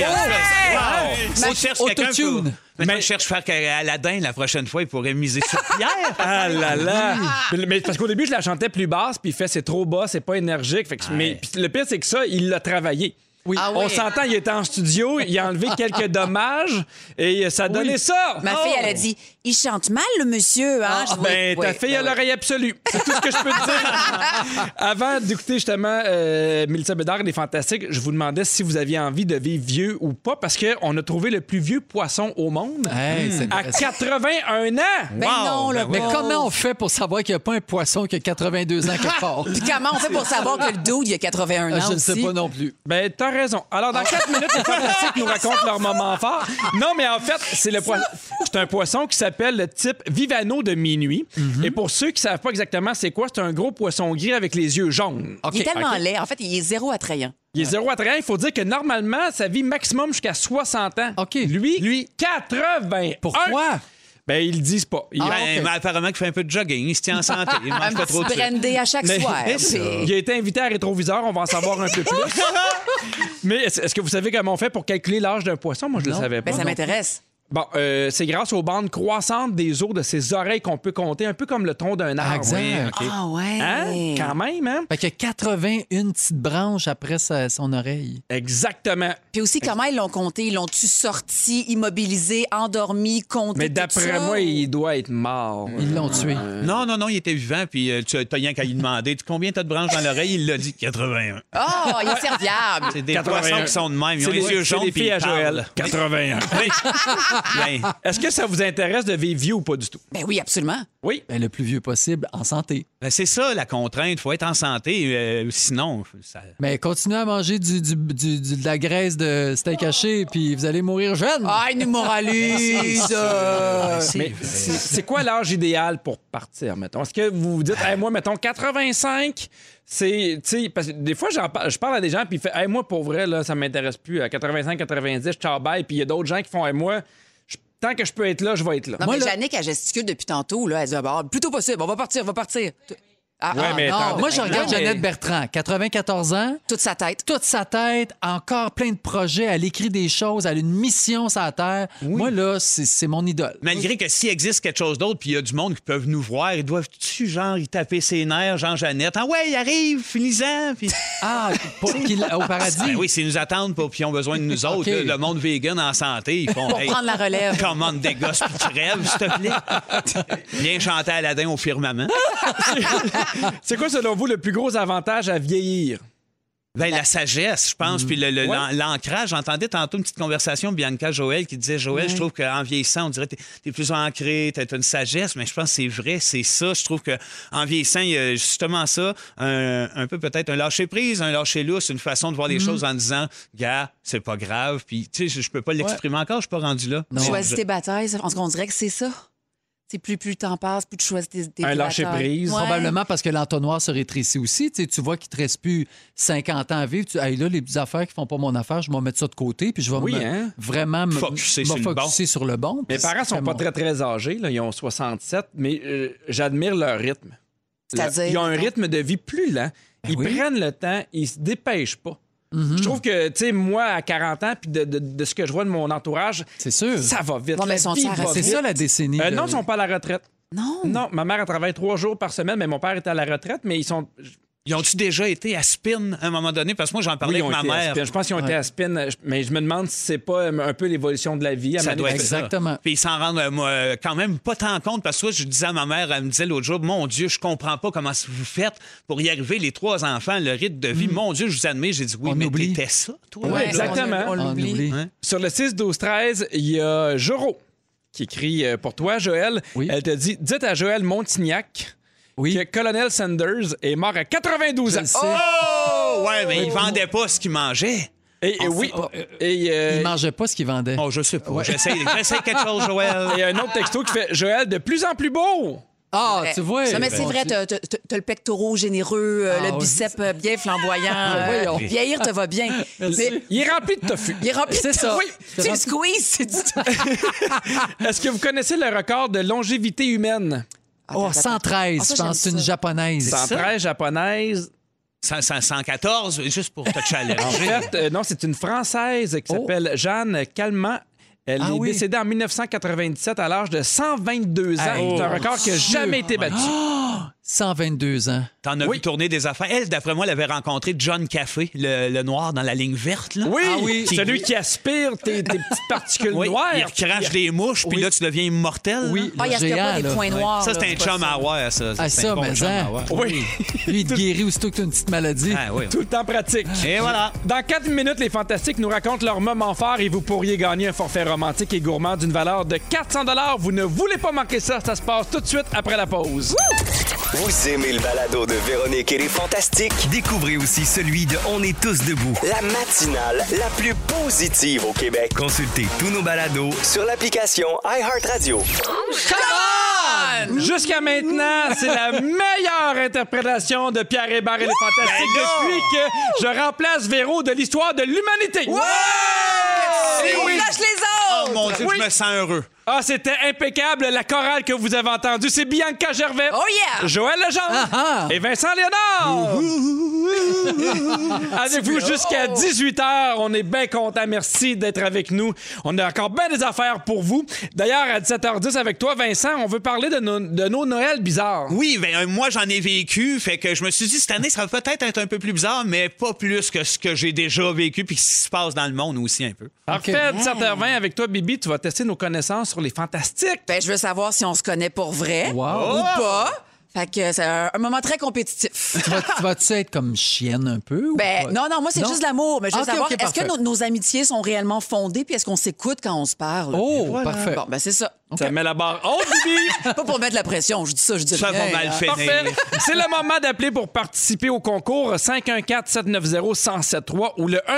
Ouais! On cherche quelqu'un pour... Autotune. Maintenant, je cherche faire Aladdin la prochaine fois. Il pourrait miser sur Pierre. Ah là là! Mais parce qu'au début, je la chantais plus basse, puis il fait c'est trop bas, c'est pas énergique. Fait que, mais puis le pire, c'est que ça, il l'a travaillé. Oui. Ah On oui. s'entend, il était en studio, il a enlevé quelques dommages et ça donnait ça. Ma fille, elle a dit, il chante mal, le monsieur. Hein? Je- Ben, oui, ta oui, fille ben a oui. l'oreille absolue. C'est tout ce que je peux te dire. Avant d'écouter justement Mélissa Bédard et les Fantastiques, je vous demandais si vous aviez envie de vivre vieux ou pas parce qu'on a trouvé le plus vieux poisson au monde Hey, c'est à intéressant. 81 ans. Ben non, le Mais pauvre. comment on fait pour savoir qu'il n'y a pas un poisson qui a 82 ans quelque part? Puis comment on fait pour savoir que le dude, il a 81 ans Je ne aussi? sais pas non plus. Ben, t'as raison. Alors, dans 4 minutes, les Fantastiques nous racontent leur moment fort. Non, mais en fait, c'est un poisson qui s'appelle le type Vivano de minuit. Et pour ceux qui savent pas exactement c'est quoi, c'est un gros poisson gris avec les yeux jaunes. Il est tellement OK. laid. En fait, il est zéro attrayant. Il est 0 à 30. Il faut dire que normalement, ça vit maximum jusqu'à 60 ans. OK. Lui 80. Pourquoi? Ben, ils le disent pas. Ben, mais apparemment, il fait un peu de jogging. Il se tient en santé. Il mange Un pas trop de petit sucre. brandy à chaque Mais- soir. C'est ça. Puis- Il a été invité à Rétroviseur, on va en savoir un peu plus. Mais est-ce que vous savez comment on fait pour calculer l'âge d'un poisson? Moi, je ne le savais pas. Ben, ça m'intéresse. Bon, c'est grâce aux bandes croissantes des os de ses oreilles qu'on peut compter, un peu comme le tronc d'un arbre. Exact. Oui. Ah ouais. Hein? Quand même, hein? Fait qu'il y a 81 petites branches après son oreille. Exactement. Puis aussi, comment ils l'ont compté? Ils l'ont-tu sorti, immobilisé, endormi, compté? Mais tout d'après ça? moi, il doit être mort. Ils l'ont tué. Non, il était vivant. Puis tu as rien qu'à lui demander combien t'as de branches dans l'oreille. Il l'a dit 81. Oh, il est serviable. C'est des 81. poissons qui sont de même. Ils C'est ont les yeux c'est jaunes. les puis filles à ils parlent. Joël. 81. Oui. Ben, Est-ce que ça vous intéresse de vivre vieux ou pas du tout? Ben oui, absolument. Oui. Ben, le plus vieux possible, en santé. ben, c'est ça la contrainte. Il faut être en santé. Sinon, ça... Mais continuez à manger de la graisse de steak haché, puis vous allez mourir jeune. Ah, il nous moralise. Mais c'est quoi l'âge idéal pour partir, mettons? Est-ce que vous vous dites, hey, moi, mettons, 85, c'est. Tu sais, parce que des fois, je parle à des gens, puis ils font, hey, moi, pour vrai, là, ça m'intéresse plus. À 85, 90, ciao, bye. Puis il y a d'autres gens qui font, hey, moi, tant que je peux être là, je vais être là. Non, Moi, mais là- Jannick, elle gesticule depuis tantôt. Là. Elle dit, ah, le plus tôt possible, on va partir. Ah, Ouais, mais non, attends, Moi, je regarde non, mais- Jeannette Bertrand, 94 ans, toute sa tête. toute sa tête, encore plein de projets, elle écrit des choses, elle a une mission sur la Terre. Moi, là, c'est mon idole. Malgré que s'il existe quelque chose d'autre, puis il y a du monde qui peuvent nous voir, ils doivent-tu, genre, y taper ses nerfs, Jean-Jeannette? Ah ouais, il arrive, finis-en. Puis... Ah, au paradis. Ben oui, s'ils nous attendent, puis ils ont besoin de nous autres. OK. Le monde vegan en santé, ils font... Pour prendre la relève. Commande des gosses, puis tu rêves, s'il te plaît. Viens chanter Aladdin au firmament. C'est quoi, selon vous, le plus gros avantage à vieillir? Ben, la sagesse, je pense, puis Ouais. l'ancrage. J'entendais tantôt une petite conversation de Bianca Joël qui disait, Joël, je trouve qu'en vieillissant, on dirait que t'es plus ancré, t'as une sagesse, mais je pense que c'est vrai, c'est ça. Je trouve qu'en vieillissant, il y a justement ça, un peu peut-être un lâcher-prise, un lâcher-lousse, une façon de voir les choses en disant, gars, c'est pas grave, puis tu sais, je peux pas l'exprimer encore, je suis pas rendu là. Non. Choisis tes batailles. On dirait que c'est ça. C'est plus le temps passe, plus tu choisis tes Un batailles. lâcher-prise. Ouais. Probablement parce que l'entonnoir se rétrécit aussi. Tu vois qu'il te reste plus 50 ans à vivre. Hey, là, les petites affaires qui font pas mon affaire, je vais mettre ça de côté, puis je vais vraiment me Focuser sur le focuser sur le bon. Mes Puis parents sont c'est pas mon- très, très âgés. Là. Ils ont 67, mais j'admire leur rythme. C'est-à-dire? Ils ont un rythme de vie plus lent. Ils oui. prennent le temps, ils se dépêchent pas. Je trouve que, tu sais, moi, à 40 ans, puis de ce que je vois de mon entourage, C'est sûr. ça va vite. Bon, mais La sont vie à- va C'est vite. ça la décennie. Non, ils sont pas à la retraite. Non. Non, ma mère, elle travaille 3 jours par semaine, mais mon père était à la retraite, mais ils sont... Ils ont-tu déjà été à Spin à un moment donné? Parce que moi, j'en parlais avec ma mère. Je pense qu'ils ont été à Spin, mais je me demande si c'est pas un peu l'évolution de la vie. Ça doit être exactement. ça. Puis ils s'en rendent quand même pas tant compte, parce que je disais à ma mère, elle me disait l'autre jour, mon Dieu, je comprends pas comment vous faites pour y arriver, les 3 enfants, le rythme de vie. Mon Dieu, je vous admire. J'ai dit oui, mais t'étais ça, toi? Oui, exactement. On l'oublie. Hein? Sur le 6-12-13, il y a Joro qui écrit pour toi, Joël. Oui. Elle te dit, dites à Joël Montignac que Colonel Sanders est mort à 92 ans. Oh! Ouais, mais il vendait pas ce qu'il mangeait. Il mangeait pas ce qu'il vendait. Oh, je sais pas. J'essaie quelque chose, Joël. Et un autre texto qui fait Joël, de plus en plus beau. Ah, tu vois. Ça, mais c'est vrai, t'as le pectoral généreux, le bicep bien flamboyant. Vieillir te va bien. Mais Il est rempli de tofu. il est rempli C'est de ça. Oui, C'est tu le rempli- squeezes, c'est du Est-ce que vous connaissez le record de longévité humaine? Oh, 113, ça, je pense. C'est j'aime une ça. japonaise. 113 japonaise. 114, juste pour te challenger. En fait, non, c'est une Française qui s'appelle Jeanne Calment. Elle est décédée en 1997 à l'âge de 122 ans. C'est un record qui n'a jamais été battu. 122 ans. T'en as vu tourner des affaires. Elle, d'après moi, elle avait rencontré John Café, le noir dans la ligne verte. Là. Oui, celui qui aspire tes petites particules noires. Il recrache des mouches, puis là, tu deviens immortel. Oui, Ah, il y a géant, pas des là. points noirs. Ça, c'est là, un pas chum à avoir, ça. Ah, C'est ça, un bon mais chum hein. à avoir. Oui. Lui, il te guérit aussitôt que tu as une petite maladie. Ah, oui. Tout le temps pratique. Et voilà. Dans 4 minutes, les Fantastiques nous racontent leur moment fort et vous pourriez gagner un forfait romantique et gourmand d'une valeur de 400 $. Vous ne voulez pas manquer ça. Ça se passe tout de suite après la pause. Vous aimez le balado de Véronique et les Fantastiques? Découvrez aussi celui de On est tous debout. La matinale la plus positive au Québec. Consultez tous nos balados Sur l'application iHeartRadio. Jusqu'à maintenant, c'est la meilleure interprétation de Pierre Hébert et les Fantastiques depuis que je remplace Véro de l'histoire de l'humanité. On lâche les Oh autres! mon Dieu, je me sens heureux. Ah, c'était impeccable. La chorale que vous avez entendue, c'est Bianca Gervais, Oh yeah! Joël Legendre et Vincent Léonard. Avec vous jusqu'à 18h. On est bien contents. Merci d'être avec nous. On a encore bien des affaires pour vous. D'ailleurs, à 17h10 avec toi, Vincent, on veut parler de nos Noëls bizarres. Oui, ben, moi, j'en ai vécu. Fait que je me suis dit, cette année, ça va peut-être être un peu plus bizarre, mais pas plus que ce que j'ai déjà vécu puis ce qui se passe dans le monde aussi un peu. Parfait. 17h20 avec toi, Bibi, tu vas tester nos connaissances sur les Fantastiques. Ben, je veux savoir si on se connaît pour vrai Wow. ou pas. Fait que c'est un moment très compétitif. Tu vas-tu être comme chienne un peu? ou Ben, pas? non, moi, c'est Non? juste l'amour. Mais je veux Ok, savoir, ok, est-ce que parfait. nos amitiés sont réellement fondées puis est-ce qu'on s'écoute quand on se parle? Oh, parfait. Bon, ben, c'est ça. Ça met la barre haute, Bibi. Pas pour mettre la pression, je dis ça, je dis Ça va rien, mal hein. finir. Parfait. C'est le moment d'appeler pour participer au concours 514-790-1073 ou le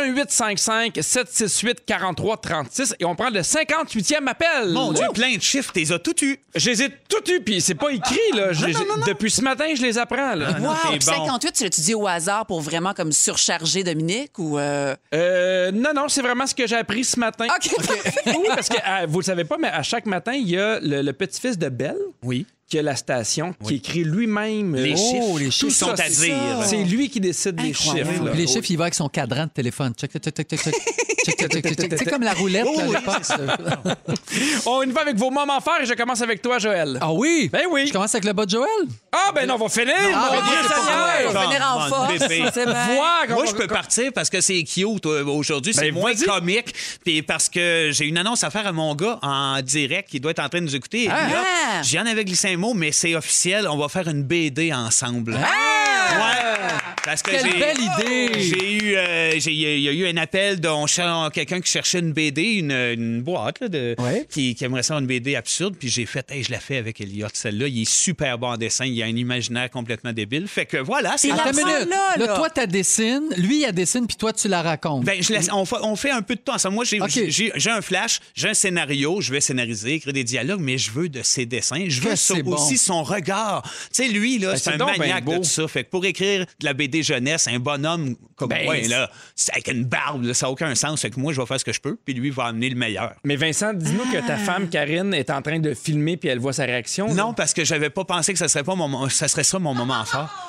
1855-768-4336 et on prend le 58e appel. Mon Dieu, plein de chiffres, t'es as tout eu. Je les ai tout eu, puis c'est pas écrit, là. Depuis ce matin, je les apprends, là. non, Wow, t'es puis bon. 58, tu l'as-tu dit au hasard pour vraiment comme surcharger Dominique ou... Non, c'est vraiment ce que j'ai appris ce matin. OK. Oui, parce que vous le savez pas, mais à chaque matin, il y a le petit-fils de Belle. Oui. Qui a la station, qui écrit lui-même Les chiffres. les tout chiffres sont ça, à c'est dire. ça. C'est lui qui décide des Incroyable. chiffres. là. Puis les chiffres, il va avec son cadran de téléphone. Check, check, check, check, check, check. Check, check, check, check, check. C'est comme la roulette, là, à l'époque, ça. On y va avec vos moments forts et je commence avec toi, Joël. Ah oui? Ben oui. Je commence avec le bas de Joël? Ah, ben non, on va finir. Ah, mon ben, Dieu c'est Seigneur. On va finir en Come on, force. bébé. C'est bien. Voir Moi, je peux partir parce que c'est cute aujourd'hui. C'est Ben, moins vas-y. comique. Puis parce que j'ai une annonce à faire à mon gars en direct qui doit être en train de nous écouter. Et là, Ah! j'en avais glissé un mot, mais c'est officiel. On va faire une BD ensemble. Ouais. Parce que Quelle belle idée! Il y a eu un appel de quelqu'un qui cherchait une BD, une boîte là, Ouais. qui aimerait ça une BD absurde. Puis j'ai fait, hey, je la fais avec Elliot. Celle-là, il est super bon en dessin. Il a un imaginaire complètement débile. Fait que voilà, c'est Il Attends la une minute. prend là. Toi, tu dessines. Lui, il dessine, puis toi, tu la racontes. Ben, on fait un peu de temps ensemble. Moi, j'ai OK. j'ai un flash, j'ai un scénario, je vais scénariser, écrire des dialogues, mais je veux de ses dessins. Je veux Que c'est bon. aussi son regard. Tu sais, lui, là, c'est c'est un donc ben maniaque beau. de tout ça. Fait que pour écrire de la BD jeunesse, un bonhomme comme Ben, moi, là, c'est avec une barbe, là, ça n'a aucun sens. Fait que moi, je vais faire ce que je peux, puis lui va amener le meilleur. Mais Vincent, dis-nous que ta femme, Karine, est en train de filmer puis elle voit sa réaction. Non, parce que j'avais pas pensé que ça serait ça mon moment fort.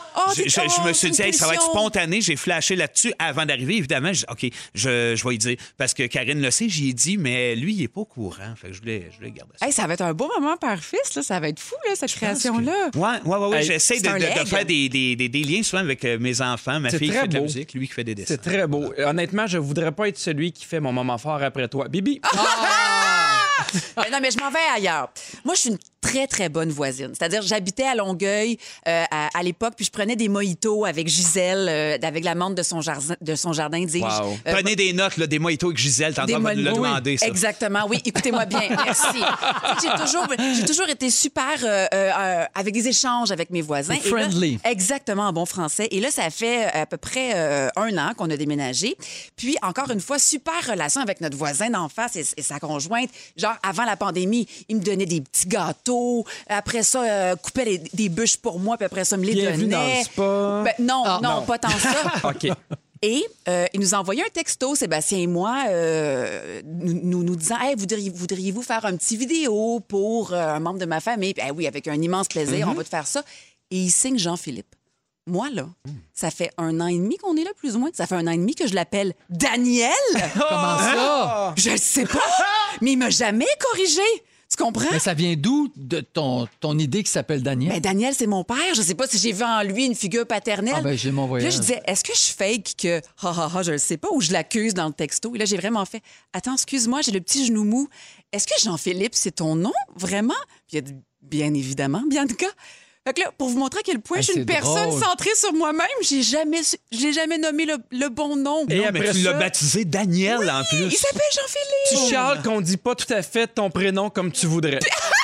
Je me suis dit, hey, ça va être spontané. J'ai flashé là-dessus avant d'arriver. Évidemment, OK, je vais y dire. Parce que Karine le sait, j'y ai dit, mais lui, il n'est pas au courant. Fait que je voulais garder ça. Hey, ça va être un beau moment père-fils. Là. Ça va être fou, là, cette création-là. Oui. Hey, j'essaie de faire des liens souvent avec mes enfants. Ma fille qui fait de la musique, lui qui fait des dessins. C'est très beau. Honnêtement, je voudrais pas être celui qui fait mon moment fort après toi. Bibi! Non, mais je m'en vais ailleurs. Moi, je suis une très, très bonne voisine. C'est-à-dire, j'habitais à Longueuil à l'époque, puis je prenais des mojitos avec Gisèle, avec la menthe de son jardin, dis-je. Wow. Prenez des notes, là, des mojitos avec Gisèle. T'es en train de le demander, ça. Exactement, oui. Écoutez-moi bien. Merci. J'ai toujours été super avec des échanges avec mes voisins. Friendly. Là, exactement, en bon français. Et là, ça fait à peu près 1 an qu'on a déménagé. Puis, encore une fois, super relation avec notre voisin d'en face et sa conjointe. Genre, avant la pandémie, il me donnait des petits gâteaux. Après ça, coupait des bûches pour moi, puis après ça, me les Bienvenue donnait. Dans le spa. Ben, non, pas tant ça. OK. Et il nous a envoyé un texto, Sébastien et moi, nous disant « Hey, voudriez-vous faire un petit vidéo pour un membre de ma famille? » Puis, oui, avec un immense plaisir, on va te faire ça. Et il signe Jean-Philippe. Moi, là, ça fait 1 an et demi qu'on est là, plus ou moins. Ça fait 1 an et demi que je l'appelle Daniel. Comment ça? Je ne sais pas, mais il m'a jamais corrigé. Tu comprends? Mais ça vient d'où de ton idée qui s'appelle Daniel? Ben, Daniel, c'est mon père. Je sais pas si j'ai vu en lui une figure paternelle. Ah ben, j'ai mon voyage. Là, je disais, est-ce que je fake que je le sais pas ou je l'accuse dans le texto? Et là, j'ai vraiment fait, attends, excuse-moi, j'ai le petit genou mou. Est-ce que Jean-Philippe, c'est ton nom, vraiment? Puis il a dit, bien évidemment, Bianca. Fait que là, pour vous montrer à quel point je suis une personne centrée sur moi-même, je l'ai jamais nommé le bon nom. Et après tu l'as baptisé Daniel, en plus. Il s'appelle Jean-Philippe. Tu chiales qu'on dit pas tout à fait ton prénom comme tu voudrais.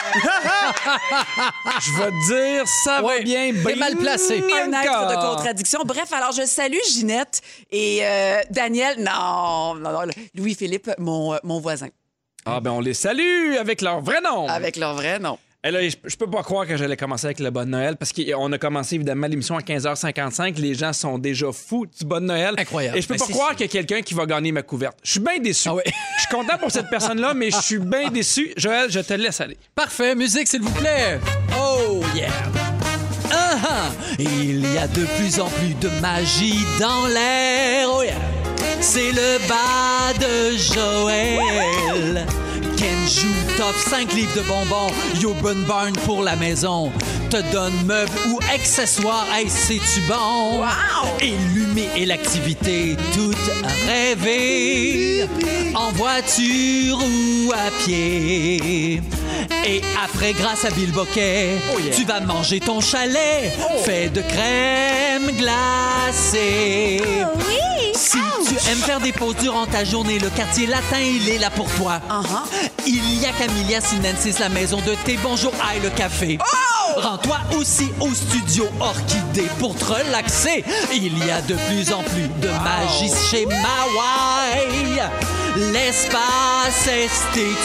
Je vais te dire, ça va bien. T'es mal placé. Un être de contradiction. Bref, alors je salue Ginette et Daniel. Non, Louis-Philippe, mon voisin. Ah ben on les salue avec leur vrai nom. Avec leur vrai nom. Et là, je peux pas croire que j'allais commencer avec le Bon Noël parce qu'on a commencé évidemment l'émission à 15h55. Les gens sont déjà fous du Bon Noël. Incroyable. Et je peux pas croire qu'il y a quelqu'un qui va gagner ma couverte. Je suis bien déçu. Ah oui. Je suis content pour cette personne-là, mais je suis bien déçu. Joël, je te laisse aller. Parfait. Musique, s'il vous plaît. Oh, yeah. Il y a de plus en plus de magie dans l'air. Oh, yeah. C'est le bas de Joël. Kenjou t'offre 5 livres de bonbons. Yoburn Barn pour la maison. Te donne meubles ou accessoires. Hey, c'est-tu bon? Wow! Et l'humé et l'activité toute rêvée. En voiture ou à pied. Et après, grâce à Bill Boquet, tu vas manger ton chalet fait de crème glacée. Oh oui! Si tu aimes faire des pauses durant ta journée, le quartier latin, il est là pour toi. Il y a Camellia Sinensis, la maison de thé. Bonjour, aïe, le café. Rends-toi aussi au studio Orchidée pour te relaxer. Il y a de plus en plus de magie chez Mawai. L'espace esthétique.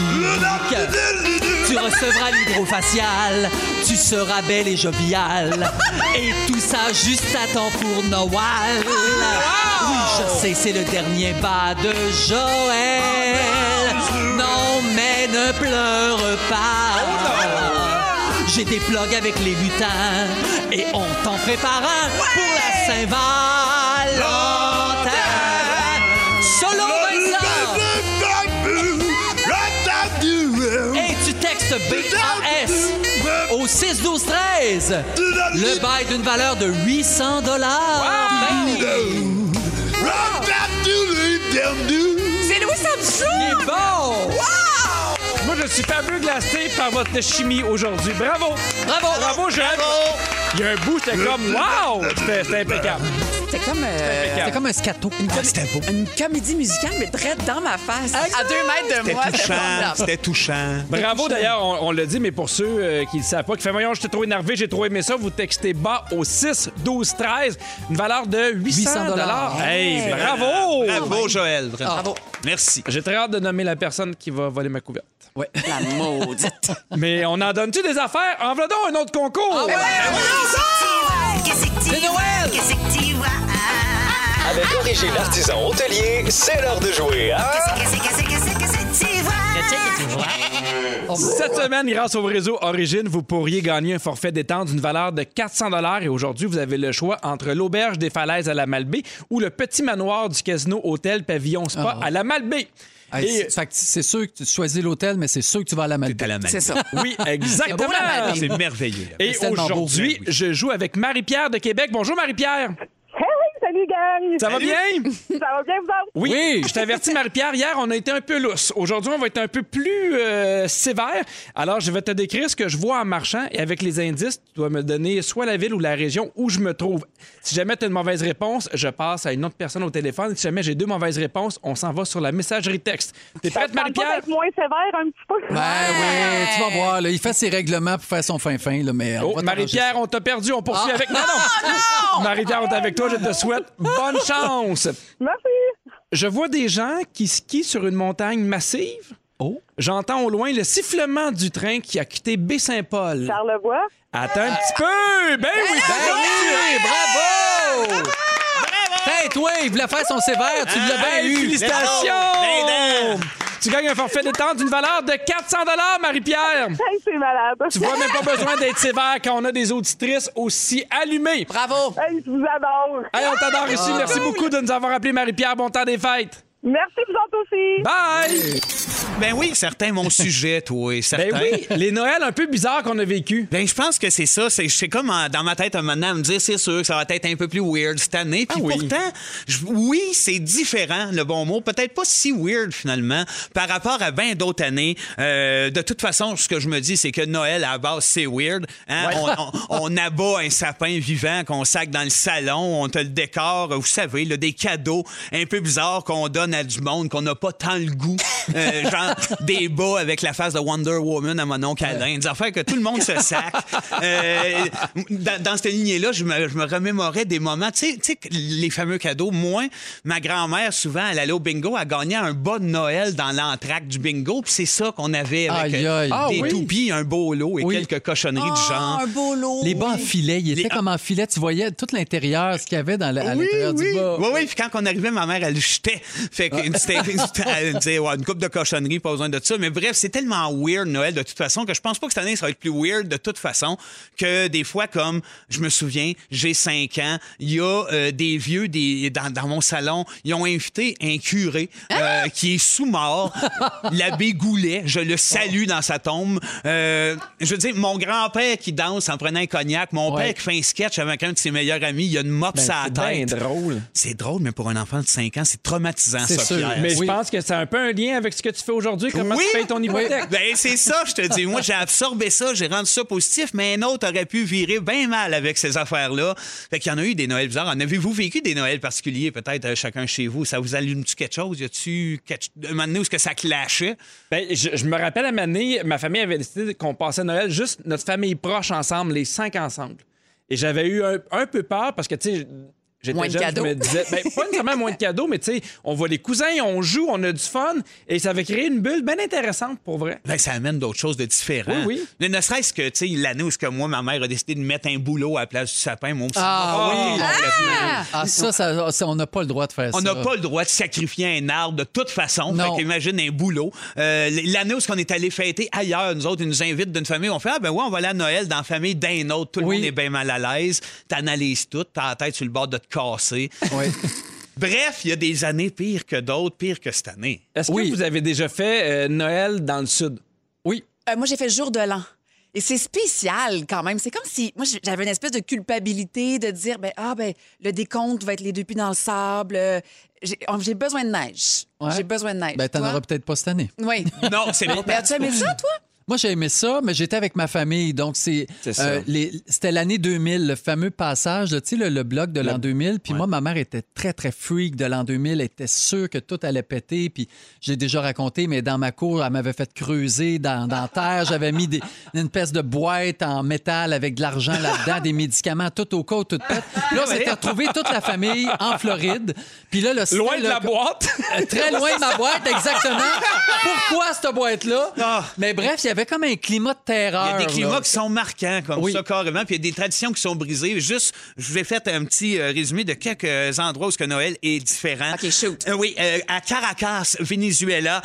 Tu recevras l'hydrofacial. Tu seras belle et joviale. Et tout ça juste à temps pour Noël. Oui, je sais, c'est le dernier bas de Joël. Non, mais ne pleure pas. J'ai des plugs avec les lutins. Et on t'en prépare un pour la Saint-Valentin. Solo Vincent! Et tu textes BAS au 6-12-13. Le bail d'une valeur de 800 $. C'est Louis Samsou! Il est bon! Wow! Moi, je suis fabuleux glacé par votre chimie aujourd'hui. Bravo! Bravo! Bravo, Joël! Il y a un bout, c'était comme wow! C'était impeccable. C'était comme un scato. Une comédie musicale, mais direct dans ma face. À 2 mètres de moi. C'était touchant. Bravo, d'ailleurs, on l'a dit, mais pour ceux qui ne le savent pas, qui fait voyons, j'étais trop énervé, j'ai trop aimé ça, vous textez bas au 6-12-13, une valeur de 800 $. Hey, bravo! Bravo, Joël. Vraiment. Bravo. Merci. J'ai très hâte de nommer la personne qui va voler ma couverte. Ouais. La maudite. Mais on en donne-tu des affaires? En voilà donc un autre concours! Qu'est-ce que tu vois? Qu'est-ce que tu vois? Avec Origine Artisan Hôtelier, c'est l'heure de jouer à... Cette semaine, grâce au réseau Origine, vous pourriez gagner un forfait détente d'une valeur de 400 $. Et aujourd'hui, vous avez le choix entre l'auberge des Falaises à la Malbaie ou le petit manoir du Casino Hôtel Pavillon Spa à la Malbaie. Hey, fait que c'est sûr que tu choisis l'hôtel, mais c'est sûr que tu vas à la Malbaie. C'est ça. Oui, exactement. C'est beau, la Malbaie. C'est merveilleux. Et aujourd'hui, je joue avec Marie-Pierre de Québec. Bonjour, Marie-Pierre. Salut, gang! Ça va bien? Ça va bien, vous autres? Oui, je t'avertis, Marie-Pierre, hier, on a été un peu lousse. Aujourd'hui, on va être un peu plus sévère. Alors, je vais te décrire ce que je vois en marchant et avec les indices, tu dois me donner soit la ville ou la région où je me trouve. Si jamais tu as une mauvaise réponse, je passe à une autre personne au téléphone. Si jamais j'ai 2 mauvaises réponses, on s'en va sur la messagerie texte. T'es prête, Marie-Pierre? Être moins sévère un petit peu. Oui, tu vas voir. Là, il fait ses règlements pour faire son fin-fin. Là, mais on va Marie-Pierre, on t'a perdu. On poursuit avec... Non! Marie-Pierre, on est avec toi. Je te souhaite bonne chance. Merci. Je vois des gens qui skient sur une montagne massive. Oh. J'entends au loin le sifflement du train qui a quitté Baie-Saint-Paul. Charlevoix. Attends un petit peu! Ben oui! Bravo! Tête, il voulait faire son sévère. Tu l'as bien eu. Félicitations! Tu gagnes un forfait détente d'une valeur de 400 $, Marie-Pierre. Hey, c'est malade. Tu vois, même pas besoin d'être sévère quand on a des auditrices aussi allumées. Bravo! Hey, je vous adore. Hey, on t'adore ici. Merci beaucoup de nous avoir appelé, Marie-Pierre. Bon temps des fêtes. Merci, vous autres aussi. Bye! Ben oui, certains, mon sujet, toi. Certains. Ben oui, les Noëls un peu bizarres qu'on a vécu. Ben, je pense que c'est ça. C'est comme dans ma tête, un moment, à me dire, c'est sûr que ça va être un peu plus weird cette année. Puis pourtant, oui, c'est différent, le bon mot. Peut-être pas si weird, finalement, par rapport à 20 d'autres années. De toute façon, ce que je me dis, c'est que Noël, à la base, c'est weird. Hein? Ouais. On abat un sapin vivant qu'on sac dans le salon. On te le décore, vous savez, là, des cadeaux un peu bizarres qu'on donne à du monde qu'on n'a pas tant le goût. Genre des bas avec la face de Wonder Woman à mon oncle Alain. Des affaires que tout le monde se sac. Dans cette lignée-là, je me remémorais des moments, tu sais, les fameux cadeaux. Moi, ma grand-mère, souvent, elle allait au bingo, elle gagnait un bas de Noël dans l'entracte du bingo, puis c'est ça qu'on avait avec des toupies, un beau lot et quelques cochonneries du genre. Un beau lot. Les bas en filet, il était comme en filet. Tu voyais tout l'intérieur, ce qu'il y avait à l'intérieur du bas. Oui, puis quand on arrivait, ma mère, elle jetait. Fait que elle disait, une coupe de cochonneries, pas besoin de ça. Mais bref, c'est tellement weird, Noël, de toute façon, que je pense pas que cette année, ça va être plus weird de toute façon que des fois, comme je me souviens, j'ai 5 ans, il y a des vieux dans mon salon, ils ont invité un curé qui est sous-mort, l'abbé Goulet, je le salue dans sa tombe. Je veux dire, mon grand-père qui danse en prenant un cognac, mon père qui fait un sketch avec un de ses meilleurs amis, il a une mop à la tête. C'est drôle. C'est drôle, mais pour un enfant de 5 ans, c'est traumatisant, c'est ça, sûr. Pierre. Mais je pense que c'est un peu un lien avec ce que tu fais aujourd'hui. Comment tu payes ton hypothèque? Ben, c'est ça, je te dis. Moi, j'ai absorbé ça, j'ai rendu ça positif, mais un autre aurait pu virer bien mal avec ces affaires-là. Fait qu'il y en a eu des Noëls bizarres. En avez-vous vécu des Noëls particuliers, peut-être, chacun chez vous? Ça vous allume-tu quelque chose? Y a-tu un moment donné où est-ce que ça clashait? Ben, je me rappelle à un moment donné, ma famille avait décidé qu'on passait Noël juste notre famille proche ensemble, les 5 ensemble. Et j'avais eu un peu peur parce que, tu sais... J'étais moins de jeune, cadeaux. je me disais, pas nécessairement moins de cadeaux, mais tu sais, on voit les cousins, on joue, on a du fun, et ça avait créé une bulle bien intéressante pour vrai. Ben, ça amène d'autres choses de différents. Oui. Mais ne serait-ce que, tu sais, l'année où moi, ma mère a décidé de mettre un boulot à la place du sapin, moi aussi. Ça, on n'a pas le droit de faire ça. On n'a pas le droit de sacrifier un arbre de toute façon. Non. Fait qu'imagine un boulot. L'année où on est allé fêter ailleurs, nous autres, ils nous invitent d'une famille, on fait, on va aller à Noël dans la famille d'un autre. Tout le monde est bien mal à l'aise. T'analyses tout, t'as la tête sur le bord de te casser. Oui. Bref, il y a des années pires que d'autres, pires que cette année. Est-ce que vous avez déjà fait Noël dans le Sud? Oui. Moi, j'ai fait Jour de l'an. Et c'est spécial quand même. C'est comme si moi, j'avais une espèce de culpabilité de dire, le décompte va être les 2 pieds dans le sable. J'ai besoin de neige. Ouais. J'ai besoin de neige. Ben, t'en Toi? auras peut-être pas cette année. Oui. Non, c'est pas. Mais as-tu aimé ça, toi? Moi, j'ai aimé ça, mais j'étais avec ma famille. Donc, c'était l'année 2000, le fameux passage, tu sais, le bloc de l'an 2000. Puis moi, ma mère était très, très freak de l'an 2000. Elle était sûre que tout allait péter. Puis j'ai déjà raconté, mais dans ma cour, elle m'avait fait creuser dans la terre. J'avais mis une espèce de boîte en métal avec de l'argent là-dedans, des médicaments, tout au cas, tout pète. Puis là, on s'était retrouvés toute la famille en Floride. Puis là, Loin de la boîte. Très loin de ma boîte, exactement. Pourquoi cette boîte-là? Mais bref, il y avait comme un climat de terreur. Il y a des climats là. qui sont marquants comme Oui. ça, carrément. Puis il y a des traditions qui sont brisées. Juste, je vais faire un petit résumé de quelques endroits où ce que Noël est différent. OK, shoot. Oui, à Caracas, Venezuela,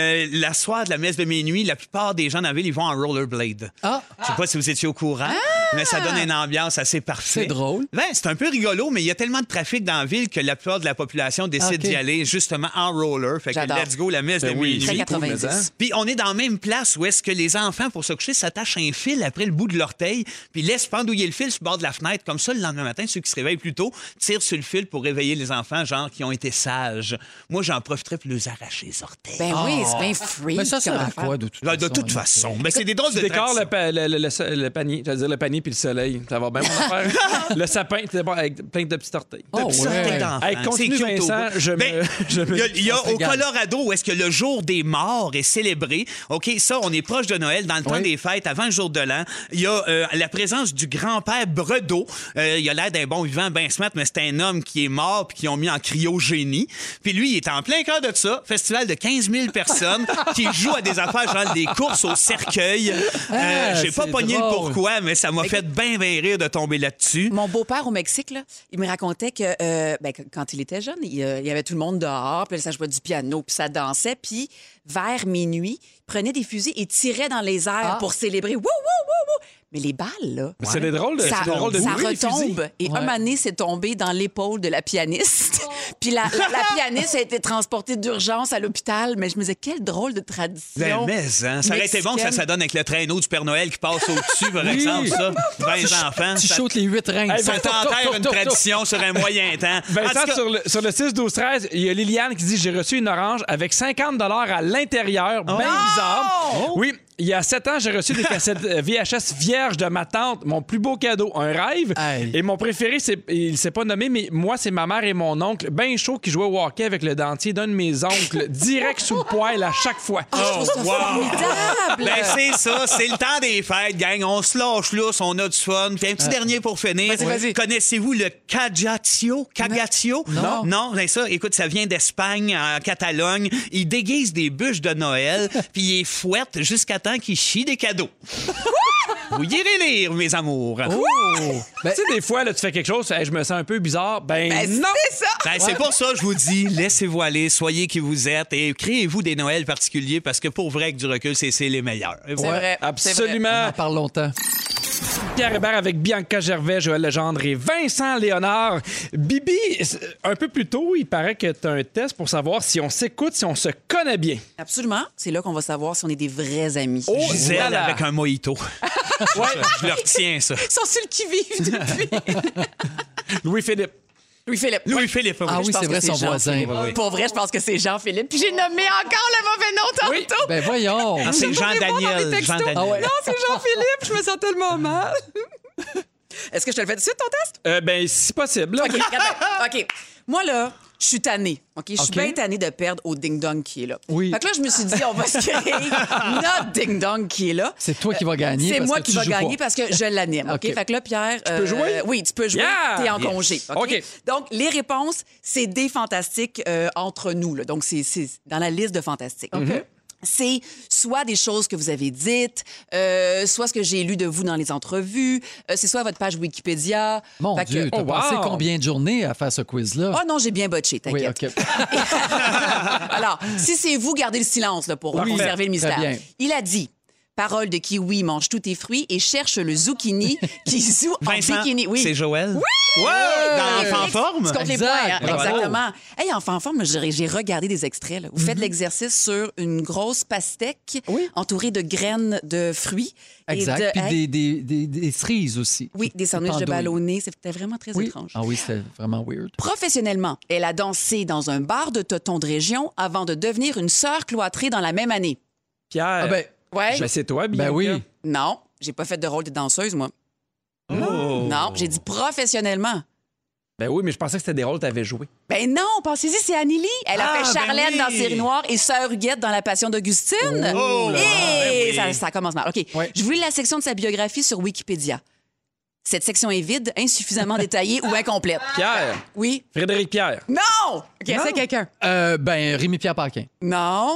la soirée de la messe de minuit, la plupart des gens dans la ville, ils vont en rollerblade. Ah, Je sais pas si vous étiez au courant, mais ça donne une ambiance assez parfaite. c'est drôle. Ben, c'est un peu rigolo, mais il y a tellement de trafic dans la ville que la plupart de la population décide OK. d'y aller justement en roller. Fait que J'adore. let's go, la messe de minuit. Très 90. Puis on est dans la même place où est-ce que les enfants, pour se coucher, s'attachent un fil après le bout de l'orteil, puis laissent pendouiller le fil sur le bord de la fenêtre. Comme ça, le lendemain matin, ceux qui se réveillent plus tôt tirent sur le fil pour réveiller les enfants, genre qui ont été sages. Moi, j'en profiterais pour les arracher les orteils. Ben oui, c'est bien free. Mais ça sert comme à affaire. quoi, de toute De façon? toute façon. Mais c'est des drôles de Décore traditions. le panier. J'allais dire le panier puis le soleil. Ça va bien, mon affaire. Le sapin, c'est bon, avec plein de petits orteils. Oh, Petits ouais. orteils d'enfants. Hey, continue, C'est cute au Vincent. bout. Je me- je me- Il y a On se au régale. Colorado où est-ce que le jour des morts est célébré. OK, ça, on est proche de Noël, dans le temps Oui. des fêtes, avant le jour de l'an. Il y a la présence du grand-père Bredeau. Il a l'air d'un bon vivant, ben smart, mais c'est un homme qui est mort puis qui ont mis en cryogénie. Puis lui, il est en plein cœur de ça. Festival de 15 000 personnes qui jouent à des affaires genre des courses au cercueil. J'ai pas c'est pogné le drôle. pourquoi, mais ça m'a fait bien rire de tomber là-dessus. Mon beau-père au Mexique, là, il me racontait que quand il était jeune, il y avait tout le monde dehors, puis là, ça jouait du piano, puis ça dansait, puis vers minuit, il prenait des fusils et tirait dans les airs pour célébrer. Wouh, wouh, wouh, wouh! Mais les balles, là, Mais c'est des drôles de, ça, c'est des drôles de ça bruit, les fusils. retombe. Et Ouais. un moment donné, c'est tombé dans l'épaule de la pianiste. Puis la pianiste a été transportée d'urgence à l'hôpital. Mais je me disais, quelle drôle de tradition. Ben, mais, hein, ça aurait été bon que ça donne avec le traîneau du Père Noël qui passe au-dessus, par exemple, ça. 20 enfants. Tu Ça- chaudes les 8 reines. Hey, Ça ben, t'enterre une tradition sur un moyen temps. En Vincent, tout cas, sur le 6-12-13, il y a Liliane qui dit « J'ai reçu une orange avec 50 à l'intérieur. Bien bizarre. Oui, il y a 7 ans, j'ai reçu des cassettes VHS vierges de ma tante. Mon plus beau cadeau, un rêve. Hey. Et mon préféré, il s'est pas nommé, mais moi, c'est ma mère et mon oncle, ben chaud, qui jouaient au hockey avec le dentier d'un de mes oncles, direct sous le poêle à chaque fois. Je trouve ça formidable. ben c'est ça, c'est le temps des fêtes, gang. On se lâche lousse, on a du fun. Puis un petit dernier pour finir. Vas-y. Connaissez-vous le Cagatio? Non. Non, c'est ça. Écoute, ça vient d'Espagne, en Catalogne. Ils déguisent des bûches de Noël, puis ils les fouettent jusqu'à temps qu'ils chient des cadeaux. Vous irez lire, mes amours. Tu sais, des fois, là, tu fais quelque chose, hey, je me sens un peu bizarre. Ben, non! C'est ça. Ben, c'est pour ça que je vous dis, laissez-vous aller, soyez qui vous êtes et créez-vous des Noëls particuliers parce que pour vrai, avec du recul, c'est les meilleurs. Et C'est voilà. vrai. On Absolument. en parle longtemps. Pierre Hébert avec Bianca Gervais, Joël Legendre et Vincent Léonard. Bibi, un peu plus tôt, il paraît que tu as un test pour savoir si on s'écoute, si on se connaît bien. Absolument. C'est là qu'on va savoir si on est des vrais amis. Oh, Gisèle voilà. avec un mojito. Ouais, je leur tiens ça. Ils sont sur le qui-vive depuis. Louis-Philippe. Louis-Philippe. Louis-Philippe, Ah oui. oui, Je pense c'est vrai, que son Jean-Philippe. voisin. Pour vrai, je pense que c'est Jean-Philippe. Puis j'ai nommé encore le mauvais nom tantôt. Ben voyons. Ah, c'est Jean-Daniel. Jean-Daniel. Ah ouais. Non, c'est Jean-Philippe. Je me sens tellement mal. Est-ce que je te le fais tout de suite, ton test? Ben, si possible. là. OK, regarde. OK. Moi, là, je suis tannée. OK? Je suis OK. bien tannée de perdre au ding-dong qui est là. Oui. Fait que là, je me suis dit, on va se créer notre ding-dong qui est là. C'est toi qui vas gagner. C'est parce moi que qui tu va joues gagner pas. parce que je l'anime. OK? OK. Fait que là, Pierre. Tu peux jouer? Oui, tu peux jouer. Yeah! T'es en Yes. congé. OK? OK. Donc, les réponses, c'est des fantastiques entre nous. Là. Donc, c'est dans la liste de fantastiques. OK? C'est soit des choses que vous avez dites, soit ce que j'ai lu de vous dans les entrevues, c'est soit votre page Wikipédia. Mon Fait que- Dieu, t'as Oh, passé wow. combien de journées à faire ce quiz-là? Oh non, j'ai bien botché, oui, t'inquiète. OK. Alors, si c'est vous, gardez le silence là, pour Parfait. conserver le mystère. Très bien. Il a dit parole de kiwi, mange tous tes fruits et cherche le zucchini qui joue en Vincent, bikini. Oui. c'est Joël. Oui! Ouais, dans Enfant en forme. Tu comptes les Exact. points, hein? Bravo. Exactement. Hey, enfant en forme, j'ai regardé des extraits. Là. Vous faites l'exercice sur une grosse pastèque entourée de graines de fruits. Exact. Et de, Puis des cerises aussi. oui, des sandwichs de Pendouilles. ballonné. C'était vraiment très Oui. étrange. Ah oui, c'était vraiment weird. Professionnellement, elle a dansé dans un bar de totons de région avant de devenir une sœur cloîtrée dans la même année. Pierre. Ah ben, Ouais. Ben, c'est toi, Bianca. ben oui. Non, j'ai pas fait de rôle de danseuse, moi. Oh. Non, j'ai dit professionnellement. Ben oui, mais je pensais que c'était des rôles que t'avais joué. Ben non, pensez-y, c'est Anneli. Elle a Ah, fait ben Charlène oui. dans Série Noire et Sœur Huguette dans La Passion d'Augustine. Oh là là, Et ben oui. ça commence mal. OK. Ouais. Je voulais la section de sa biographie sur Wikipédia. Cette section est vide, insuffisamment détaillée ou incomplète. Pierre. Oui. Frédéric Pierre. Non! OK, c'est quelqu'un. Ben, Rémi-Pierre Paquin. Non.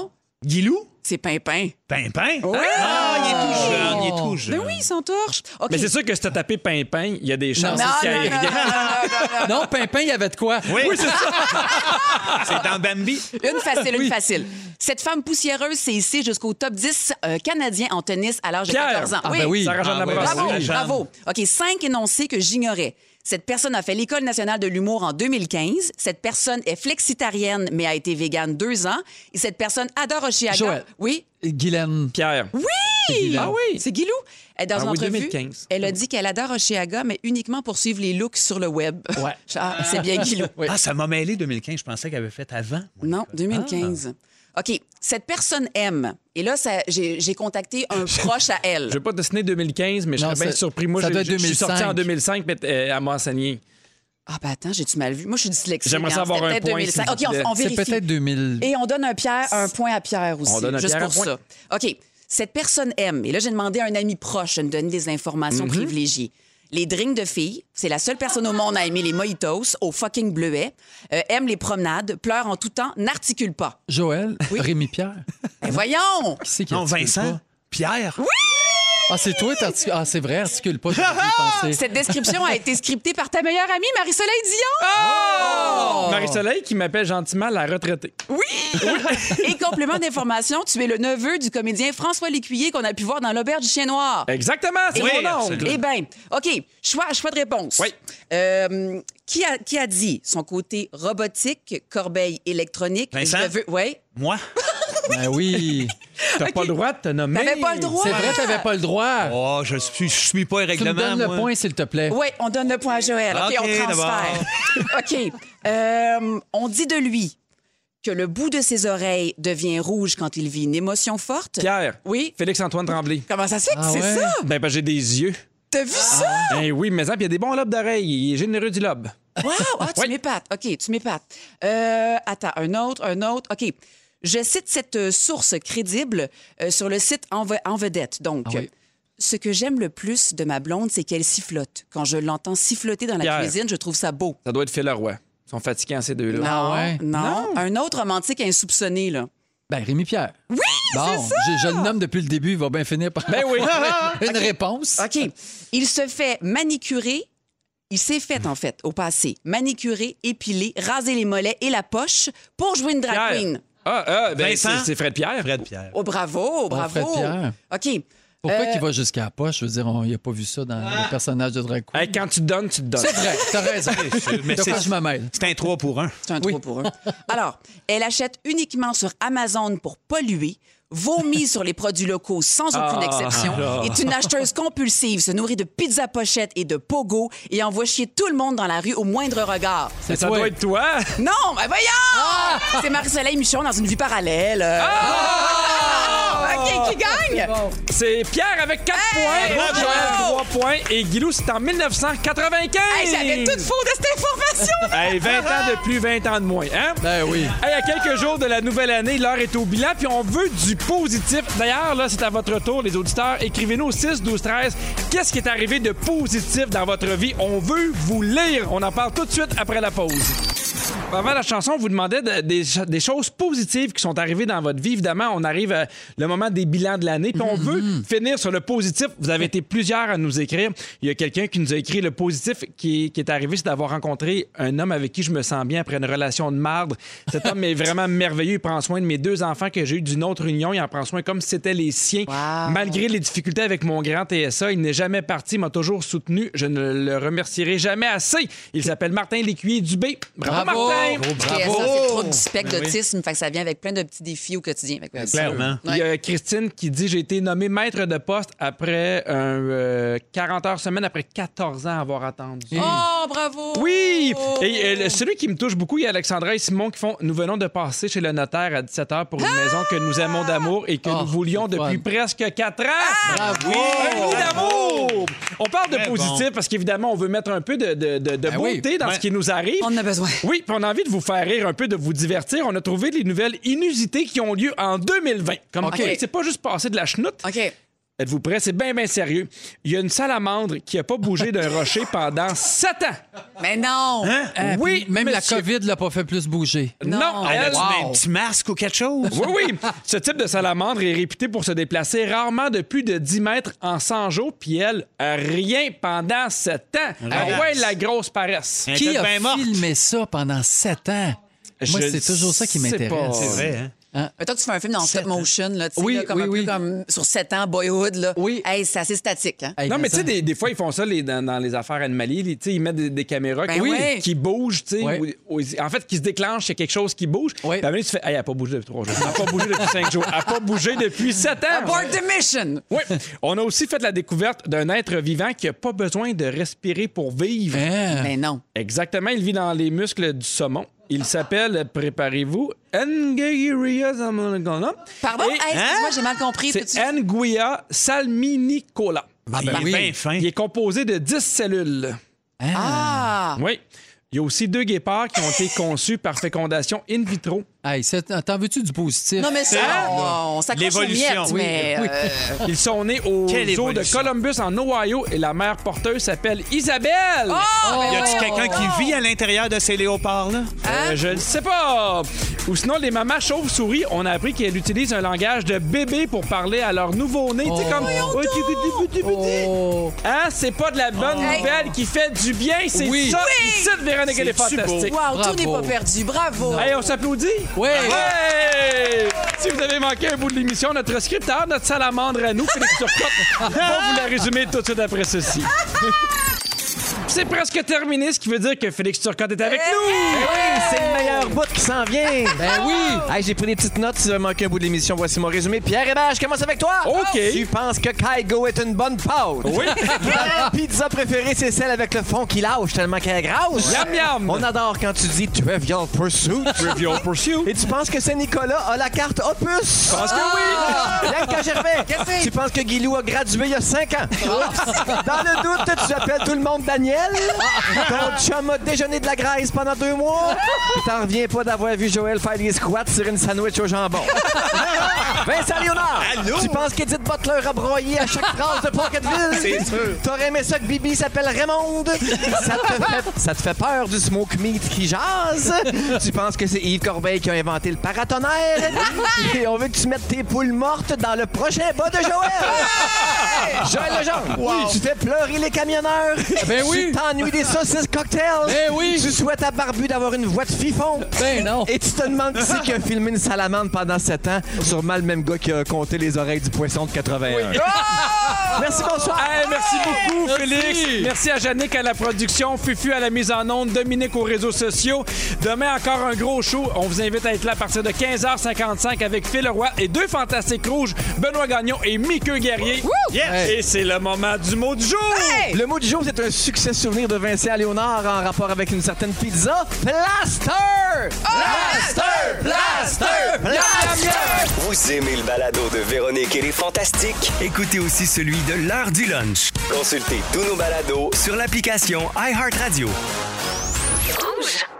Guilou? C'est Pimpin. Pimpin? Oui. Ah, il est tout jeune. Ben oui, son torche. OK. Mais c'est sûr que si t'as tapé Pimpin, il y a des chances Non, qu'il y ait non, rien. Non, Pimpin, il y avait de quoi? Oui, c'est ça. C'est dans Bambi. Une facile. Cette femme poussiéreuse s'est hissée jusqu'au top 10 canadien en tennis à l'âge de Pierre. 14 ans. Ah, ben oui. Sarah-Jeanne Ah, oui. Labrosse. Bravo, Jeanne. bravo. OK, 5 énoncés que j'ignorais. Cette personne a fait l'École nationale de l'humour en 2015. Cette personne est flexitarienne, mais a été végane 2 ans. Et cette personne adore Oshiaga. Joël. Oui. Guylaine. Pierre. Oui! Ah oui? C'est Guilou. Dans une oui, entrevue, 2015. elle a dit qu'elle adore Oshiaga, mais uniquement pour suivre les looks sur le web. Ouais. Ah, c'est bien Guilou. Oui. Ah, ça m'a mêlé 2015. Je pensais qu'elle avait fait avant. Non, 2015. OK. Cette personne aime. Et là, j'ai contacté un proche à elle. Je vais pas dessiner 2015, mais je Non, serais bien ça- surpris. Moi, ça doit être je suis sorti 2005. en 2005, mais elle m'a enseigné. Ah, ben attends, j'ai-tu mal vu? Moi, je suis dyslexique. J'aimerais hein. savoir C'était un peut-être point, 2005. s'il OK, vous plaît. on C'est vérifie. peut-être 2000. Et on donne un point à Pierre aussi. On donne à juste Pierre pour un point. ça. OK. Cette personne aime. Et là, j'ai demandé à un ami proche de me donner des informations privilégiées. Les drinks de filles, c'est la seule personne au monde à aimer les mojitos au fucking bleuet, aime les promenades, pleure en tout temps, n'articule pas. Joël, Rémi-Pierre. Ben voyons! Qui c'est qui Non, articule Vincent? pas? Pierre? Ah, c'est toi, Ah, c'est vrai, articule pas. J'aurais dû y penser. Cette description a été scriptée par ta meilleure amie, Marie-Soleil Dion. Oh! Marie-Soleil qui m'appelle gentiment la retraitée. Et complément d'information, tu es le neveu du comédien François Lécuyer qu'on a pu voir dans L'Auberge du Chien Noir. Exactement, c'est Oui, mon oncle. absolument. Eh bien, OK, choix de réponse. Oui. Qui a dit son côté robotique, corbeille électronique? Vincent? Je veux... Oui. Moi? Ben oui. T'as pas le droit de te nommer. T'avais pas le droit. C'est vrai, t'avais pas le droit. Oh, je suis pas les Tu me règlements, donnes le moi. point, s'il te plaît. Oui, on donne le point à Joël. OK, OK, on transfère. OK. On dit de lui que le bout de ses oreilles devient rouge quand il vit une émotion forte. Pierre. Oui. Félix-Antoine Tremblay. Comment ça se fait que Ah c'est ouais? ça? Ben, j'ai des yeux. T'as vu ça? Ben oui, mais il y a des bons lobes d'oreilles. Il est généreux du lobe. Wow! Ah, tu Oui. m'épates. OK, tu m'épates. Attends, un autre. OK. Je cite cette source crédible sur le site En Vedette. Donc, Ah oui. ce que j'aime le plus de ma blonde, c'est qu'elle sifflote. Quand je l'entends siffloter dans la Pierre. cuisine, je trouve ça beau. Ça doit être Phil Leroy. Ils sont fatigants, ces deux-là. Non, Ah ouais? non. Un autre romantique insoupçonné, là. Ben, Rémi-Pierre. Oui, Bon, je le nomme depuis le début, il va bien finir par Ben oui. une réponse. OK. Il se fait manicurer. Il s'est fait, en fait, au passé, manicurer, épiler, raser les mollets et la poche pour jouer une drag Pierre. queen. Ben Vincent? c'est Fred Pierre. Fred Pierre. Oh, bravo, bravo. Fred Pierre. OK. Pourquoi qu'il va jusqu'à la poche? Je veux dire, il n'a pas vu ça dans le personnage de Drag Queen. Hey, quand tu te donnes, tu te donnes. C'est vrai, t'as raison. Mais Pourquoi je me mêle? c'est un 3 pour 1. C'est un 3 pour 1. Alors, elle achète uniquement sur Amazon pour polluer, vomit sur les produits locaux sans aucune exception, est une acheteuse compulsive, se nourrit de pizza pochette et de pogo et envoie chier tout le monde dans la rue au moindre regard. Ça toi. doit être toi. Non, ben voyons! C'est Marie-Soleil Michon dans une vie parallèle. OK, qui gagne? C'est Pierre avec 4 points, bravo! Joël 3 points et Guilou, c'est en 1995. Hey, j'avais tout faux de cette information! Hey, 20 ans de plus, 20 ans de moins, hein? Ben oui. Hey, à quelques jours de la nouvelle année, l'heure est au bilan, puis on veut du positif. D'ailleurs, là, c'est à votre tour, les auditeurs. Écrivez-nous au 6, 12, 13. Qu'est-ce qui est arrivé de positif dans votre vie? On veut vous lire. On en parle tout de suite après la pause. Avant la chanson, on vous demandait des choses positives qui sont arrivées dans votre vie. Évidemment, on arrive à le moment des bilans de l'année, puis on veut finir sur le positif. Vous avez été plusieurs à nous écrire. Il y a quelqu'un qui nous a écrit le positif qui est arrivé, c'est d'avoir rencontré un homme avec qui je me sens bien après une relation de marde. Cet homme est vraiment merveilleux. Il prend soin de mes 2 enfants que j'ai eu d'une autre union. Il en prend soin comme si c'était les siens. Wow. Malgré les difficultés avec mon grand TSA, il n'est jamais parti. Il m'a toujours soutenu. Je ne le remercierai jamais assez. Il s'appelle Martin Lécuyer-Dubé. Bravo, Bravo. Martin! TSA, c'est trop du spectre d'autisme, fait que ça vient avec plein de petits défis au quotidien. Fait que, Clairement. Il y a Christine qui dit « J'ai été nommé maître de poste après 40 heures semaine après 14 ans avoir attendu. Oh, bravo! Oui! Et celui qui me touche beaucoup, il y a Alexandra et Simon qui font « Nous venons de passer chez le notaire à 17 h pour une maison que nous aimons d'amour et que nous voulions c'est depuis fun. presque 4 ans. Bravo! Un nid d'amour! On parle de Très positif bon. parce qu'évidemment, on veut mettre un peu de oui. beauté dans Ouais. ce qui nous arrive. On en a besoin. Oui, puis on a envie de vous faire rire un peu, de vous divertir. On a trouvé des nouvelles inusitées qui ont lieu en 2020. Comme OK. quoi, c'est pas juste passer de la chenoute. OK. Êtes-vous prêts? C'est bien, bien sérieux. Il y a une salamandre qui n'a pas bougé d'un rocher pendant 7 ans. Mais non! Hein? Oui, même monsieur. la COVID l'a pas fait plus bouger. Non, Elle a-tu elle... un petit masque ou quelque chose? Oui. Ce type de salamandre est réputé pour se déplacer rarement de plus de 10 mètres en 100 jours, puis elle, rien pendant 7 ans. Ah ouais, la grosse paresse. Qui a filmé ça pendant 7 ans? Moi, c'est toujours ça qui m'intéresse. C'est vrai, hein? Mettons que tu fais un film dans stop motion, là, tu sais, Oui, là, comme oui, un oui. peu comme sur 7 ans, Boyhood, là. Oui. Hey, c'est assez statique, hein? Hey, Non, mais tu ça- sais, des fois, ils font ça dans les affaires animalières. Tu sais, ils mettent des caméras Ben oui. qui bougent, tu sais. Ouais. En fait, qui se déclenchent, il y a quelque chose qui bouge. Ouais. Puis à un moment donné, tu fais, hey, elle n'a pas bougé depuis 3 jours. Elle n'a pas bougé depuis 5 jours. Elle n'a pas bougé depuis 7 ans. Abort the mission! Oui. On a aussi fait la découverte d'un être vivant qui n'a pas besoin de respirer pour vivre. Hein? Mais non. Exactement, il vit dans les muscles du saumon. Il s'appelle, préparez-vous, Nguia salminicola. Pardon? Et- Hey, excuse-moi, j'ai mal compris. C'est Peux-tu- Nguia salminicola. Il est bien fin. Il est composé de 10 cellules. Ah! Oui. Il y a aussi 2 guépards qui ont été conçus par fécondation in vitro. Hey, t'en veux-tu du positif? Non, mais ça, on s'accroche aux L'évolution, miettes, oui. mais... Oui. Ils sont nés au Quelle zoo de évolution. Columbus, en Ohio, et la mère porteuse s'appelle Isabelle. Y a-tu quelqu'un qui vit à l'intérieur de ces léopards-là? Je ne sais pas. Ou sinon, les mamans chauves-souris, on a appris qu'elles utilisent un langage de bébé pour parler à leur nouveau-né. Tu sais, comme... Oh. Hein? C'est pas de la bonne nouvelle qui fait du bien, c'est Oui. ça. Ici, Véronique, elle est C'est-tu fantastique. Wow, tout n'est Bravo. pas perdu. Bravo! Hey, on s'applaudit? Oui. Ouais! Si vous avez manqué un bout de l'émission, notre scripteur, notre salamandre à nous, Félix Turcotte, va vous la résumer tout de suite après ceci. C'est presque terminé, ce qui veut dire que Félix Turcotte est avec nous! Oui, c'est le meilleur bout qui s'en vient. Ben oui. Hey, j'ai pris des petites notes. Si vous avez manqué un bout de l'émission, voici mon résumé. Pierre Hébert, je commence avec toi. OK. Tu penses que Kygo est une bonne pâte? Oui. Ta pizza préférée, c'est celle avec le fond qui lâche tellement qu'elle est grasse. Yam yam! On adore quand tu dis Trivial Pursuit. Trivial Pursuit. Et tu penses que Saint-Nicolas a la carte Opus? Je pense que oui! Bianca Gervais, tu penses que Guilou a gradué il y a 5 ans? Dans le doute, tu appelles tout le monde Daniel? Ton chum a déjeuné de la graisse pendant 2 mois? Tu t'en reviens pas d'avoir vu Joël faire des squats sur une sandwich au jambon? Vincent Léonard, Allô? tu penses qu'Edith Butler a broyé à chaque phrase de Pocketville? C'est sûr. T'aurais aimé ça que Bibi s'appelle Raymond? Ça te fait peur du smoke meat qui jase? Tu penses que c'est Yves Corbeil qui a inventé le paratonnerre? Et on veut que tu mettes tes poules mortes dans le prochain bas de Joël! Joël Legendre, tu fais pleurer les camionneurs? Ben oui. Tu t'ennuies des saucisses cocktails? Ben oui. Tu souhaites à Barbu d'avoir une voix de fifon? Ben non. Et tu te demandes qui c'est qui a filmé une salamandre pendant 7 ans? Sûrement le même gars qui a compté les oreilles du poisson de 81. Merci, bonsoir! Hey, merci beaucoup, Merci. Félix. Merci à Yannick à la production, Fufu à la mise en onde, Dominique aux réseaux sociaux. Demain, encore un gros show. On vous invite à être là à partir de 15h55 avec Phil Roy et 2 fantastiques rouges, Benoît Gagnon et Mickey Guerrier. Yes. Et c'est le moment du mot du jour. Le mot du jour, c'est un succès souvenir de Vincent Léonard en rapport avec une certaine pizza. Plaster! Plaster! Plaster! Plaster! Vous aimez le balado de Véronique et les Fantastiques? Écoutez aussi celui de l'heure du lunch Consultez tous nos balados sur l'application iHeartRadio. Rouge.